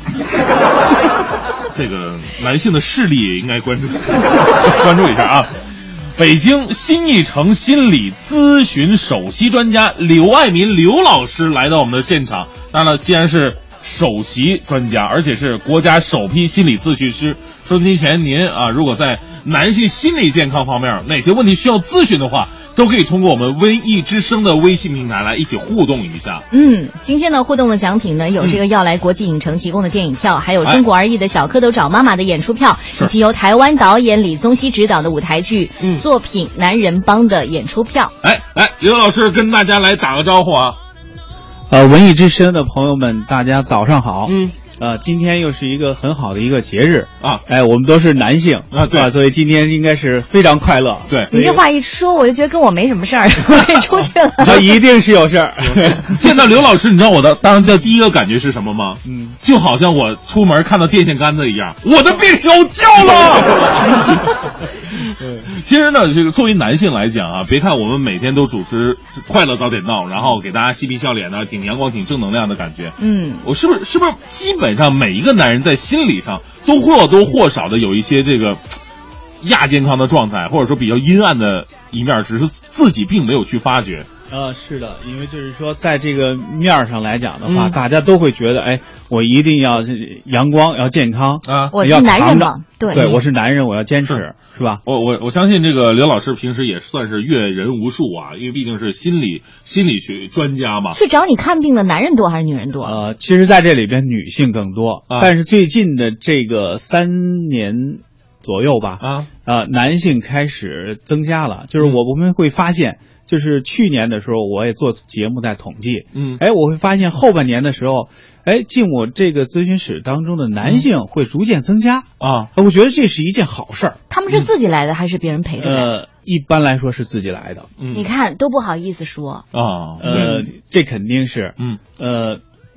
这个男性的视力也应该关注一下啊！北京新意诚心理咨询首席专家刘爱民刘老师来到我们的现场。当然了，既然是首席专家，而且是国家首批心理咨询师，收音机前您啊，如果在男性心理健康方面哪些问题需要咨询的话，都可以通过我们瘟疫之声的微信平台来一起互动一下。 今天呢互动的奖品呢有这个要来国际影城提供的电影票，还有中国儿艺的小蝌蚪找妈妈的演出票，以及由台湾导演李宗熙执导的舞台剧作品《男人帮》的演出票。 来，刘老师跟大家来打个招呼啊。 文艺之声的朋友们，大家早上好。今天又是一个很好的一个节日啊！ 我们都是男性啊，对，所以今天应该是非常快乐。 对， 你这话一说，我就觉得跟我没什么事儿，我也出去了。 他一定是有事儿。 见到刘老师，你知道我的当然的第一个感觉是什么吗？就好像我出门看到电线杆子一样，我的病有救了。其实呢，这个作为男性来讲啊，别看我们每天都主持快乐早点到，然后给大家嬉皮笑脸的，挺阳光、挺正能量的感觉。我是不是基本上每一个男人在心理上都或多或少的有一些这个亚健康的状态，或者说比较阴暗的一面，只是自己并没有去发觉。 是的，因为就是说在这个面上来讲的话，大家都会觉得，我一定要阳光，要健康啊， 我是男人嘛， 对，我是男人，我要坚持，是吧？ 我相信这个刘老师平时也算是阅人无数啊，因为毕竟是心理学专家嘛。 去找你看病的男人多还是女人多？ 其实在这里边女性更多，但是最近的这个3年左右吧，男性开始增加了，就是我们会发现。就是去年的时候，我也做节目在统计，我会发现后半年的时候，进我这个咨询室当中的男性会逐渐增加啊，我觉得这是一件好事儿。 他们是自己来的还是别人陪着来？ 一般来说是自己来的。 你看都不好意思说啊，这肯定是，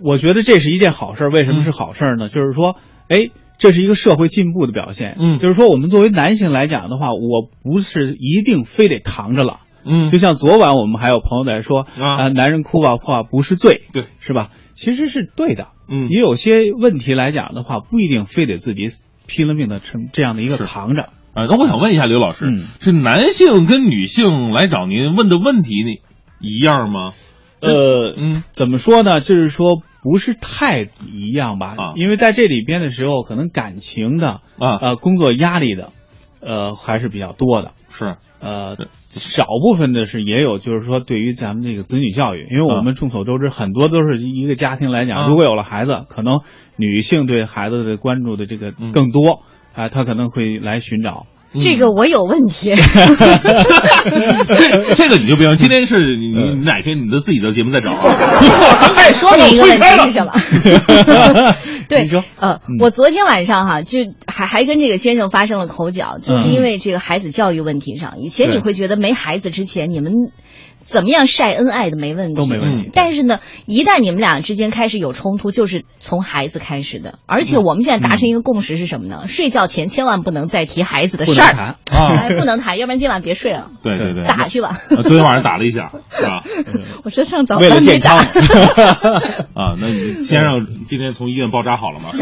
我觉得这是一件好事。为什么是好事呢？就是说，这是一个社会进步的表现。就是说我们作为男性来讲的话，我不是一定非得扛着了。就像昨晚我们还有朋友在说男人哭吧不是罪， 对， 是吧？其实是对的。也有些问题来讲的话，不一定非得自己拼了命的成这样的一个扛着。 那我想问一下刘老师，是男性跟女性来找您问的问题一样吗？ 怎么说呢？就是说不是太一样吧。因为在这里边的时候，可能感情的工作压力的还是比较多的。 是少部分的是也有，就是说对于咱们这个子女教育，因为我们众所周知，很多都是一个家庭来讲，如果有了孩子，可能女性对孩子的关注的这个更多，她可能会来寻找。 这个我有问题。 这个你就不用，今天是你哪天你的自己的节目再找。 我跟你说明一个问题是什么？对，我昨天晚上就还跟这个先生发生了口角，就是因为这个孩子教育问题上。以前你会觉得没孩子之前你们怎么样晒恩爱的没问题， 都没问题。 但是呢，一旦你们俩之间开始有冲突，就是从孩子开始的。而且我们现在达成一个共识是什么呢？睡觉前千万不能再提孩子的事儿，不能谈，要不然今晚别睡了。 对对对， 打去吧。 昨天晚上打了一下，是吧？ 我说上早为了健康那你先生今天从医院包扎好了吗？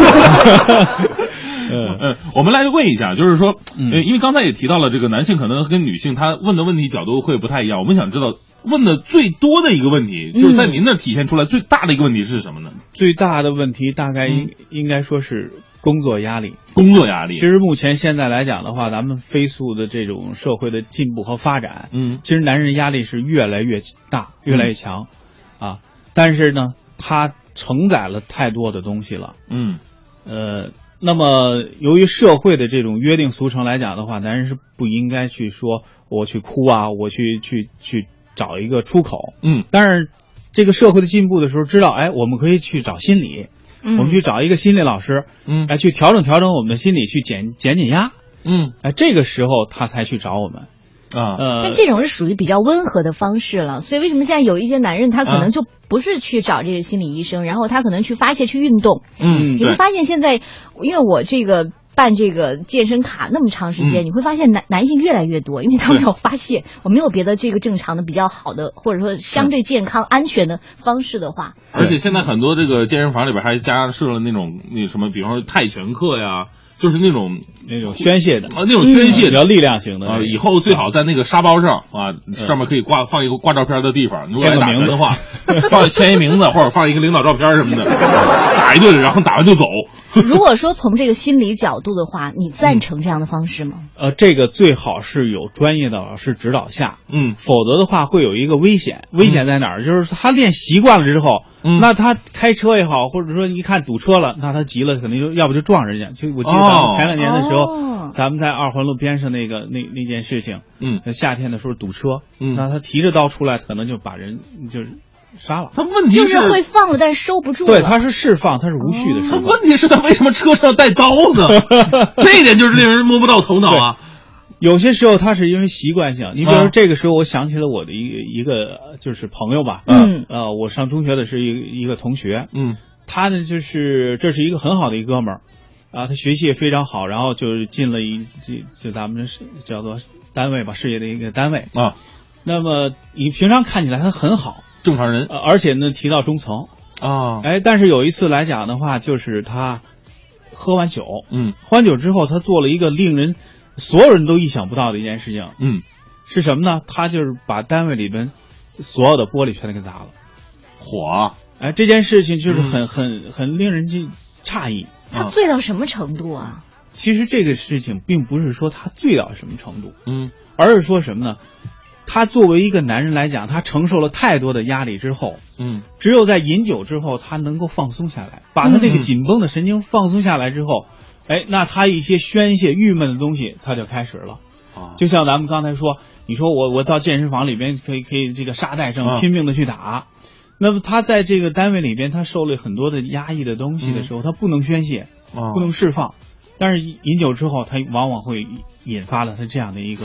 我们来问一下，就是说，因为刚才也提到了这个男性可能跟女性他问的问题角度会不太一样，我们想知道问的最多的一个问题，就是在您那体现出来最大的一个问题是什么呢？ 最大的问题大概应该说是工作压力。 工作压力。 其实目前现在来讲的话，咱们飞速的这种社会的进步和发展，其实男人压力是越来越大，越来越强，但是呢，它承载了太多的东西了。那么由于社会的这种约定俗成来讲的话，男人是不应该去说我去哭我去找一个出口。但是这个社会的进步的时候知道，我们可以去找心理，我们去找一个心理老师，去调整我们的心理，去减压。这个时候他才去找我们。 但这种是属于比较温和的方式了，所以为什么现在有一些男人他可能就不是去找这个心理医生，然后他可能去发泄去运动。你会发现现在，因为我这个办这个健身卡那么长时间，你会发现男性越来越多，因为他们要发泄，我没有别的这个正常的比较好的或者说相对健康安全的方式的话。 而且现在很多这个健身房里边还加设了那种什么，比方说泰拳课呀。就是那种宣泄的那种宣泄比较力量型的以后最好在那个沙包上上面可以放一个挂照片的地方，如果来打拳的话，放签一名字或者放一个领导照片什么的，打一顿，然后打完就走。 如果说从这个心理角度的话，你赞成这样的方式吗？ 这个最好是有专业的老师指导下，否则的话会有一个危险。危险在哪儿？就是他练习惯了之后，那他开车也好，或者说一看堵车了，那他急了，可能要不就撞人家。就我记得咱们前2年的时候，咱们在2环路边上那件事情，夏天的时候堵车，那他提着刀出来，可能就把人就是杀了。 他问题就是会放了，但是收不住。 对，他是释放，他是无序的释放。 问题是他为什么车上带刀呢？这一点就是令人摸不到头脑啊。 有些时候他是因为习惯性，你比如说这个时候，我想起了我的一个就是朋友吧，我上中学的是一个同学，他呢就是这是一个很好的一哥们儿。他学习也非常好，然后就是进了就咱们叫做单位吧，事业的一个单位那么你平常看起来他很好， 正常人， 而且呢提到中层但是有一次来讲的话，就是他喝完酒，喝完酒之后，他做了一个令人所有人都意想不到的一件事情，是什么呢？他就是把单位里边所有的玻璃全都给砸了， 火！ 这件事情就是很令人诧异。 他醉到什么程度啊？ 其实这个事情并不是说他醉到什么程度，而是说什么呢？他作为一个男人来讲，他承受了太多的压力之后，只有在饮酒之后，他能够放松下来，把他那个紧绷的神经放松下来之后，那他一些宣泄郁闷的东西，他就开始了。就像咱们刚才说，你说我到健身房里边可以这个沙袋上拼命的去打。那么他在这个单位里边，他受了很多的压抑的东西的时候，他不能宣泄，不能释放。但是饮酒之后，他往往会引发了他这样的一个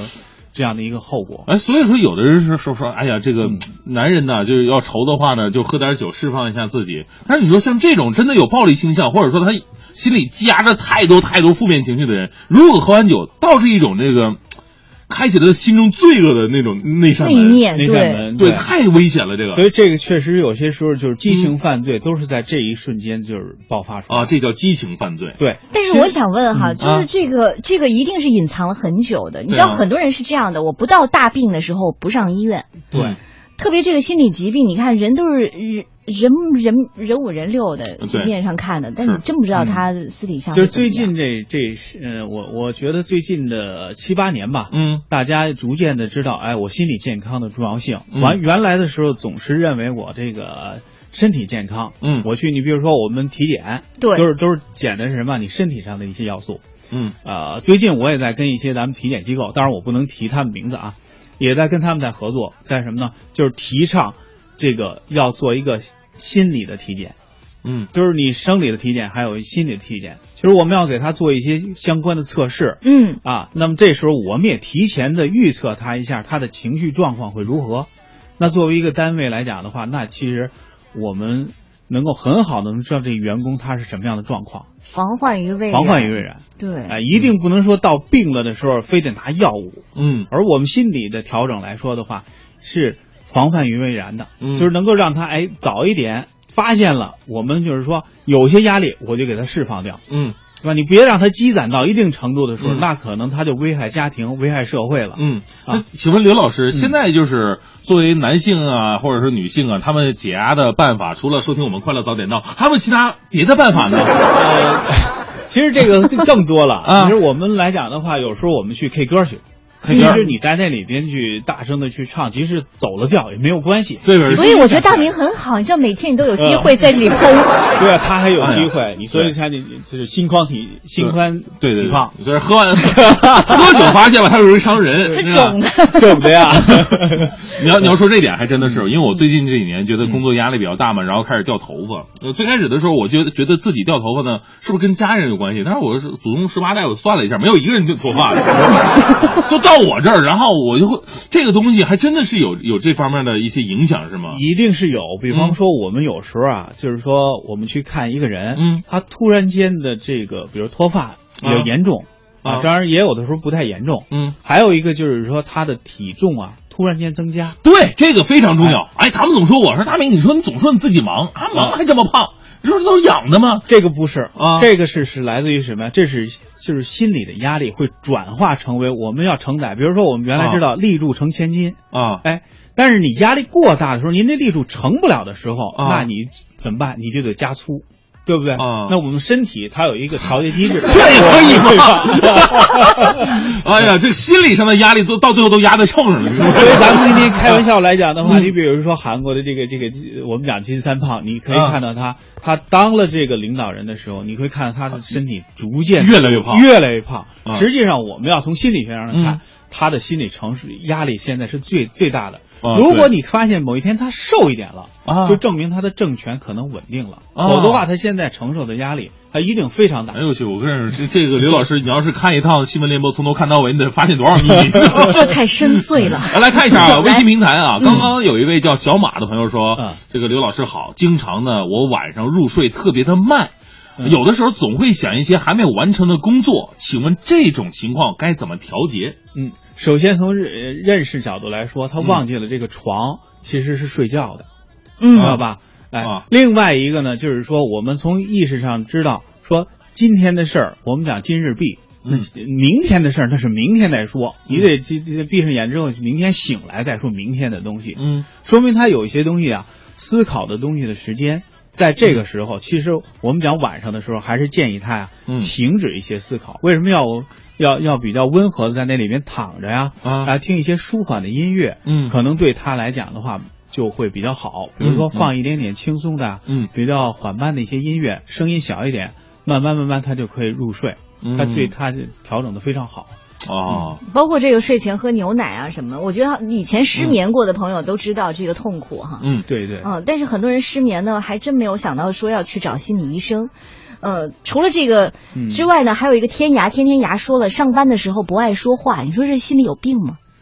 这样的一个后果。 哎，所以说有的人是说，哎呀，这个男人呢，就是要愁的话呢，就喝点酒释放一下自己。但是你说像这种真的有暴力倾向，或者说他心里积压着太多负面情绪的人，如果喝完酒，倒是一种这个开启了心中罪恶的那种那扇门，对，太危险了。这个， 所以这个确实有些时候就是激情犯罪，都是在这一瞬间就是爆发出来啊，这叫激情犯罪。 对， 但是我想问哈，就是这个一定是隐藏了很久的。你知道很多人是这样的，我不到大病的时候不上医院。 对。 特别这个心理疾病，你看人都是人五人六的面上看的，但你真不知道他私底下。 就是最近我觉得最近的7、8年吧，大家逐渐的知道，哎，我心理健康的重要性。原来的时候总是认为我这个身体健康，我去，你比如说我们体检， 对， 都是检的是什么？你身体上的一些要素。最近我也在跟一些咱们体检机构，当然我不能提他们名字啊。也在跟他们在合作，在什么呢？就是提倡这个要做一个心理的体检，就是你生理的体检，还有心理的体检。其实我们要给他做一些相关的测试，那么这时候我们也提前的预测他一下他的情绪状况会如何。那作为一个单位来讲的话，那其实我们能够很好的知道这个员工他是什么样的状况， 防患于未然。对， 一定不能说到病了的时候非得拿药物。而我们心理的调整来说的话，是防范于未然的，就是能够让他早一点发现了，我们就是说有些压力我就给他释放掉。是吧？你别让他积攒到一定程度的时候，那可能他就危害家庭、危害社会了。 那请问刘老师，现在就是作为男性啊，或者是女性啊，他们解压的办法，除了收听我们快乐早点到，还有其他别的办法呢？ 其实这个更多了。其实我们来讲的话，有时候我们去 K 歌去。其实你在那里边去大声的去唱，即使走了调也没有关系。 对， 所以我觉得大明很好，你知道每天你都有机会在这里喷。 对啊，他还有机会，你所以才就是心宽体胖。 就是喝酒发现吧，他容易伤人， 他肿的呀。 你要说这点还真的是，因为我最近这几年觉得工作压力比较大嘛，然后开始掉头发。最开始的时候，我觉得自己掉头发呢，是不是跟家人有关系？但是我是祖宗18代，我算了一下，没有一个人就脱发的，就到我这儿，然后我就会这个东西还真的是有这方面的一些影响，是吗？ 一定是有。比方说我们有时候啊，就是说我们去看一个人，他突然间的这个，比如脱发比较严重当然也有的时候不太严重。还有一个就是说他的体重啊突然间增加。 对，这个非常重要。他们总说我说大明，你说你总说你自己忙忙还这么胖。这不是都是养的吗？ 这个不是这个是来自于什么呀？就是心理的压力会转化成为我们要承载。比如说我们原来知道立柱成千斤但是你压力过大的时候，您这立柱成不了的时候，那你怎么办？你就得加粗。对不对？那我们身体它有一个调节机制， 这也可以吗？哎呀，这个心理上的压力都到最后都压在秤上了。所以咱们今天开玩笑来讲的话，你比如说韩国的这个，我们讲金三胖，你可以看到他当了这个领导人的时候，你会看到他的身体逐渐越来越胖。 实际上，我们要从心理学上看，他的心理承受压力现在是最大的。如果你发现某一天他瘦一点了，就证明他的政权可能稳定了，否则的话他现在承受的压力他一定非常大。 哎呦去，我跟你说，这个刘老师，你要是看一趟新闻联播从头看到尾，你得发现多少秘密。 这太深邃了。 来看一下微信平台啊，刚刚有一位叫小马的朋友说，这个刘老师好，经常呢我晚上入睡特别的慢。有的时候总会想一些还没有完成的工作，请问这种情况该怎么调节？ 首先从认识角度来说，他忘记了这个床其实是睡觉的，知道吧？另外一个呢，就是说我们从意识上知道，说今天的事儿，我们讲今日毕，明天的事儿那是明天再说，你得闭上眼之后，明天醒来再说明天的东西。说明他有一些东西啊，思考的东西的时间。在这个时候，其实我们讲晚上的时候，还是建议他停止一些思考。为什么要比较温和的在那里面躺着呀？听一些舒缓的音乐，可能对他来讲的话就会比较好。比如说放一点点轻松的，比较缓慢的一些音乐，声音小一点，慢慢他就可以入睡。他对他调整的非常好。 包括这个睡前喝牛奶啊什么的，我觉得以前失眠过的朋友都知道这个痛苦哈。 对对。 但是很多人失眠呢，还真没有想到说要去找心理医生。除了这个之外呢，还有一个天涯说了，上班的时候不爱说话，你说这心里有病吗？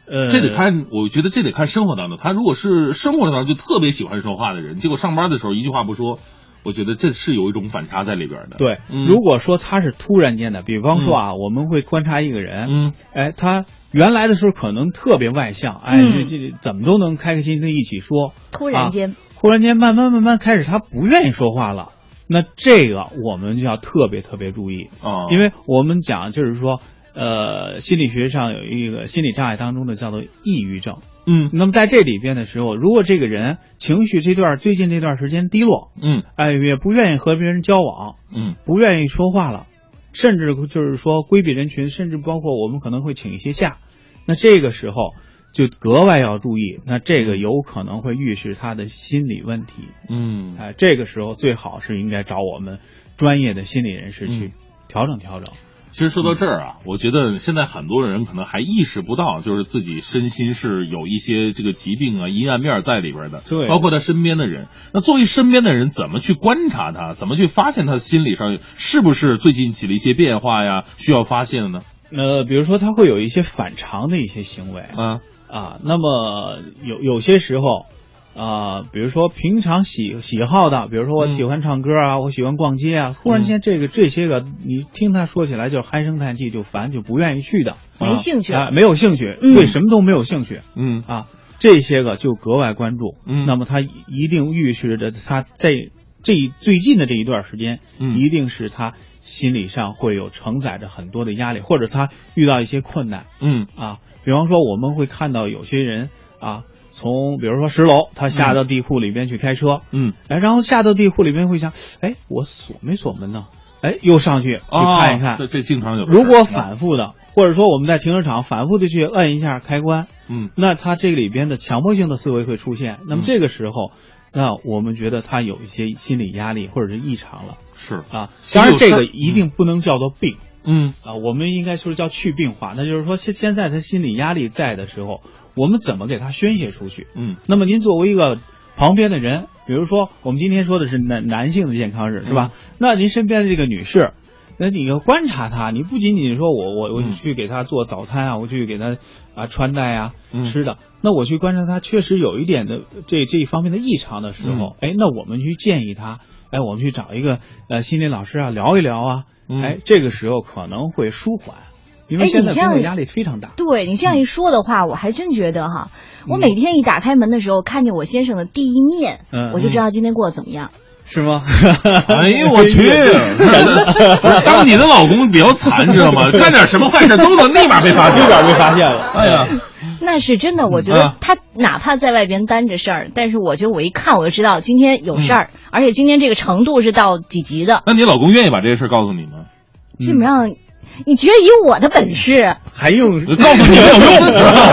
这得看，我觉得这得看生活当中。他如果是生活当中就特别喜欢说话的人，结果上班的时候一句话不说，我觉得这是有一种反差在里边的。 对，如果说他是突然间的，比方说啊，我们会观察一个人，他原来的时候可能特别外向，这怎么都能开开心心一起说， 突然间慢慢开始他不愿意说话了，那这个我们就要特别注意因为我们讲就是说。心理学上有一个心理障碍当中的叫做抑郁症。那么在这里边的时候，如果这个人情绪最近这段时间低落，也不愿意和别人交往，不愿意说话了，甚至就是说规避人群，甚至包括我们可能会请一些假，那这个时候就格外要注意，那这个有可能会预示他的心理问题。这个时候最好是应该找我们专业的心理人士去调整。 其实说到这儿啊，我觉得现在很多人可能还意识不到，就是自己身心是有一些这个疾病啊、阴暗面在里边的。对，包括他身边的人。那作为身边的人，怎么去观察他？怎么去发现他心理上是不是最近起了一些变化呀？需要发现的呢？ 比如说他会有一些反常的一些行为那么有些时候。比如说平常喜好的，比如说我喜欢唱歌啊，我喜欢逛街啊，突然间这些个你听他说起来就是唉声叹气，就烦，就不愿意去的， 没兴趣没有兴趣，对什么都没有兴趣，这些个就格外关注，那么他一定预示着他在最近的这一段时间，一定是他心理上会有承载着很多的压力，或者他遇到一些困难，比方说我们会看到有些人从比如说10楼，他下到地库里边去开车，然后下到地库里边会想，我锁没锁门呢？又上去看一看， 这经常有。 如果反复的，或者说我们在停车场反复的去摁一下开关，那他这个里边的强迫性的思维会出现。那么这个时候，那我们觉得他有一些心理压力或者是异常了。 是当然这个一定不能叫做病。我们应该说叫去病化，那就是说现在他心理压力在的时候，我们怎么给他宣泄出去？那么您作为一个旁边的人，比如说我们今天说的是男性的健康日，是吧？那您身边的这个女士，那你要观察她，你不仅仅说我去给她做早餐啊，我去给她穿戴啊吃的，那我去观察她确实有一点的这一方面的异常的时候，那我们去建议她，我们去找一个心理老师啊聊一聊啊。这个时候可能会舒缓，因为现在工作压力非常大。 对你这样一说的话，我还真觉得我每天一打开门的时候，看见我先生的第一面，我就知道今天过得怎么样。 是吗？ 哎呦我去！当你的老公比较惨，知道吗？干点什么坏事都能立马被发现了。 哎呀， 那是真的。我觉得他哪怕在外边担着事儿，但是我觉得我一看我就知道今天有事儿，而且今天这个程度是到几级的。 那你老公愿意把这个事儿告诉你吗？ 基本上，你觉得以我的本事， 还用告诉你没有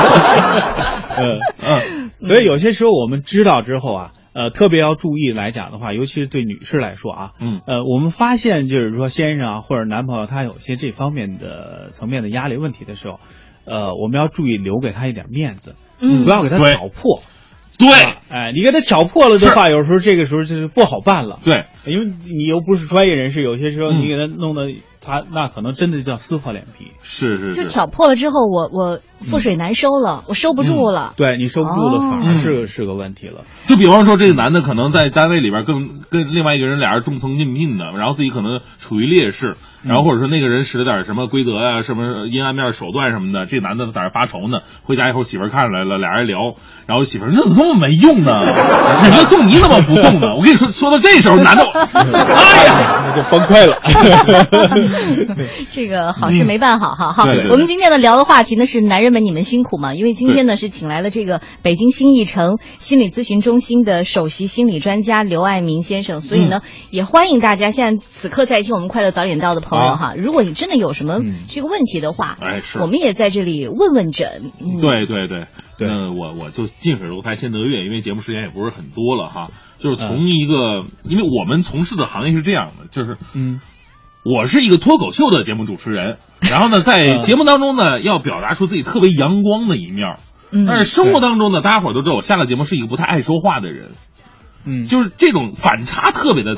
用？所以有些时候我们知道之后特别要注意来讲的话，尤其是对女士来说我们发现就是说先生或者男朋友他有些这方面的层面的压力问题的时候，我们要注意留给他一点面子，不要给他挑破。 对， 你给他挑破了的话，有时候这个时候就是不好办了。 对， 因为你又不是专业人士，有些时候你给他弄得他那可能真的叫撕破脸皮。 是， 就挑破了之后，我覆水难收了，我收不住了。 对，你收不住了，反而是个问题了。 就比方说，这个男的可能在单位里边跟另外一个人俩人重层竞聘的，然后自己可能处于劣势，然后或者说那个人使了点什么规则呀、什么阴暗面手段什么的，这男的在那发愁呢。回家以后媳妇看出来了，俩人聊，然后媳妇那怎么这么没用呢？人家送你怎么不送呢？我跟你说到这时候，男的，哎呀， 那就崩溃了。 这个好事没办好哈。 对， 我们今天的聊的话题呢是男人们你们辛苦吗？因为今天呢是请来了这个北京新艺城心理咨询中心的首席心理专家刘爱民先生，所以呢也欢迎大家现在此刻在听我们快乐早点到的朋友如果你真的有什么这个问题的话，我们也在这里问问诊。 对，我就近水楼台先得月，因为节目时间也不是很多了哈，就是从一个因为我们从事的行业是这样的，就是我是一个脱口秀的节目主持人，然后呢在节目当中呢要表达出自己特别阳光的一面，但是生活当中呢大家伙都知道我下了节目是一个不太爱说话的人，就是这种反差特别的大。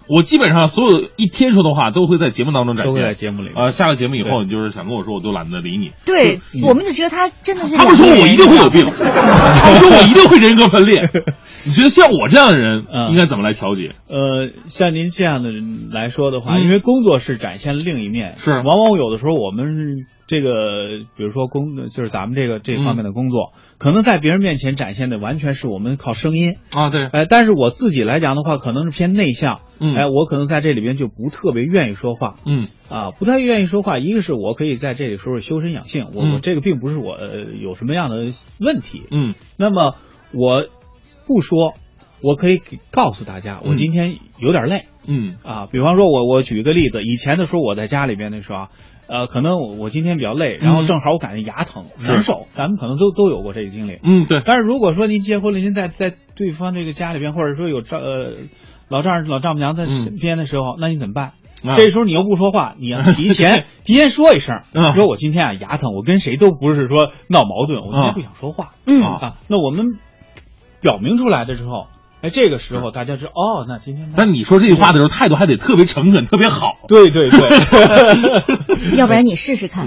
我基本上所有一天说的话都会在节目当中展现， 都会在节目里下了节目以后，你就是想跟我说，我都懒得理你。 对，我们就觉得他真的是他们说我一定会有病，他们说我一定会人格分裂。你觉得像我这样的人应该怎么来调节？ 像您这样的人来说的话，因为工作是展现了另一面， 是往往有的时候我们这个，比如说就是咱们这方面的工作，可能在别人面前展现的完全是我们靠声音啊，对， 但是我自己来讲的话，可能是偏内向，我可能在这里边就不特别愿意说话，不太愿意说话。一个是我可以在这里说修身养性，我这个并不是我有什么样的问题，那么我不说，我可以告诉大家，我今天有点累，比方说我举一个例子，以前的时候我在家里边的时候可能我今天比较累，然后正好我感觉牙疼难受，咱们可能都有过这个经历， 对。 但是如果说您结婚了，您在对方这个家里边，或者说有老丈母娘在身边的时候，那你怎么办？这时候你又不说话，你要提前说一声，说我今天牙疼，我跟谁都不是说闹矛盾，我今天不想说话，那我们表明出来的时候。这个时候大家知道那今天。 但你说这句话的时候，态度还得特别诚恳，特别好。 对， 要不然你试试看。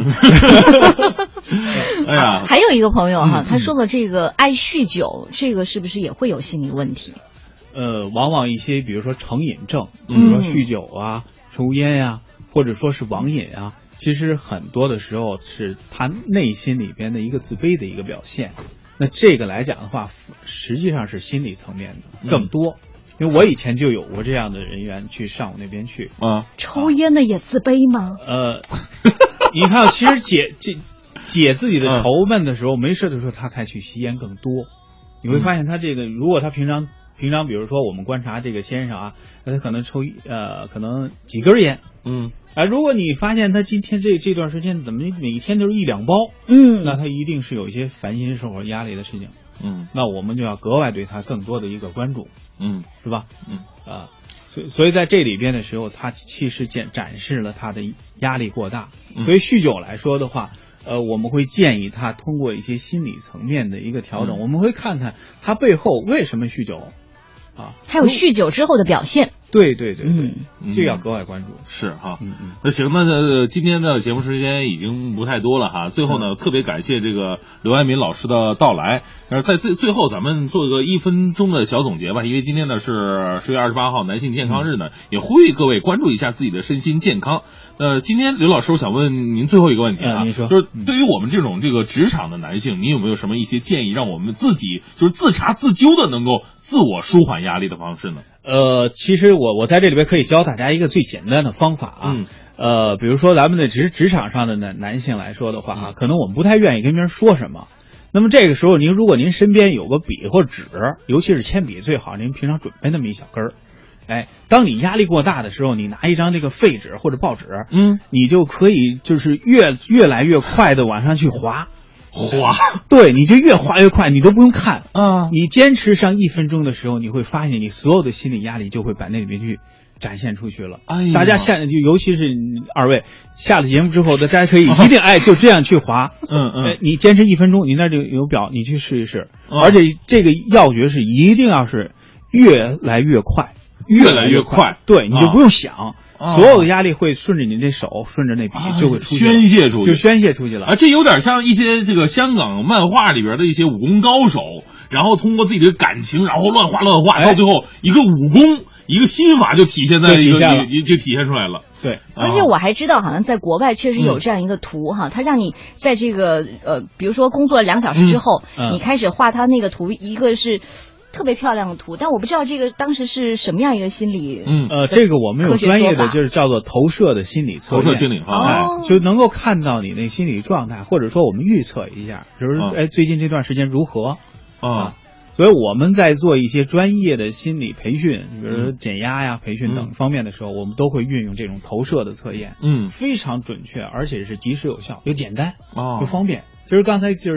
哎呀， 还有一个朋友哈，他说了这个爱酗酒，这个是不是也会有心理问题？ 往往一些比如说成瘾症，比如说酗酒啊、抽烟呀，或者说是网瘾啊，其实很多的时候是他内心里边的一个自卑的一个表现。那这个来讲的话，实际上是心理层面的更多，因为我以前就有过这样的人员去上我那边去抽烟的也自卑吗？ 你看，其实解自己的愁闷的时候，没事的时候他才去吸烟更多。你会发现他这个，如果他平常，比如说我们观察这个先生啊，他可能抽可能几根烟，如果你发现他今天这段时间怎么每天就是1-2包，那他一定是有一些烦心事或压力的事情，那我们就要格外对他更多的一个关注，是吧？所以在这里边的时候，他其实展示了他的压力过大。所以酗酒来说的话，我们会建议他通过一些心理层面的一个调整，我们会看看他背后为什么酗酒， 还有酗酒之后的表现。 对，这要格外关注。 是哈，那行，那今天的节目时间已经不太多了哈。最后呢，特别感谢这个刘爱民老师的到来。在最后，咱们做一个1分钟的小总结吧。因为今天呢是10月28号男性健康日呢，也呼吁各位关注一下自己的身心健康。今天刘老师，我想问您最后一个问题啊， 您说， 就是对于我们这种职场的男性，您有没有什么一些建议，让我们自己就是自查自纠的，能够自我舒缓压力的方式呢？ 其实我在这里边可以教大家一个最简单的方法比如说咱们的职场上的男性来说的话可能我们不太愿意跟别人说什么。那么这个时候如果您身边有个笔或纸，尤其是铅笔最好，您平常准备那么一小根儿。当你压力过大的时候，你拿一张这个废纸或者报纸，你就可以就是越来越快的往上去划，对，你就越划越快，你都不用看你坚持上1分钟的时候，你会发现你所有的心理压力就会把那里面去展现出去了。大家尤其是二位下了节目之后，大家可以一定就这样去划。你坚持1分钟，你那就有表，你去试一试。而且这个要诀是一定要是越来越快。对，你就不用想，所有的压力会顺着你这手，顺着那笔就会出去，宣泄出去了。 这有点像一些这个香港漫画里边的一些武功高手，然后通过自己的感情，然后乱画，到最后一个武功一个心法就体现出来了。 对， 而且我还知道，好像在国外确实有这样一个图它让你在这个比如说工作2小时之后，你开始画它那个图，一个是特别漂亮的图，但我不知道这个当时是什么样一个心理。 这个我们有专业的，就是叫做投射的心理测验。 投射心理就能够看到你那心理状态，或者说我们预测一下，就是最近这段时间如何所以我们在做一些专业的心理培训，比如说减压呀、培训等方面的时候，我们都会运用这种投射的测验，非常准确，而且是及时有效，又简单，又方便。其实刚才就是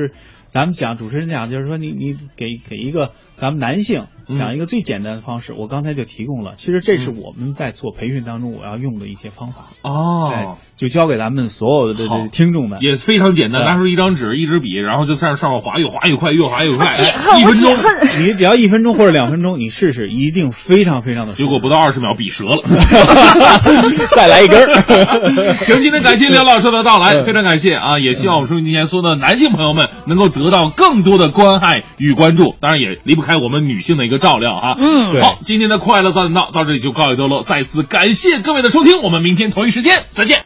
咱们主持人讲就是说你给一个咱们男性讲一个最简单的方式，我刚才就提供了，其实这是我们在做培训当中我要用的一些方法就教给咱们所有的听众们， 也非常简单，拿出一张纸一支笔，然后就在上面划，越划越快，越划越快，1分钟， 你只要1分钟或者2分钟，你试试，一定非常非常的。 结果不到20秒，笔折了， 再来一根。 行，今天感谢梁老师的到来，非常感谢啊！也希望我们收音机前所有的男性朋友们能够得到更多的关爱与关注，当然也离不开我们女性的一个照料啊。好，今天的快乐早点到这里就告一段落，再次感谢各位的收听，我们明天同一时间再见。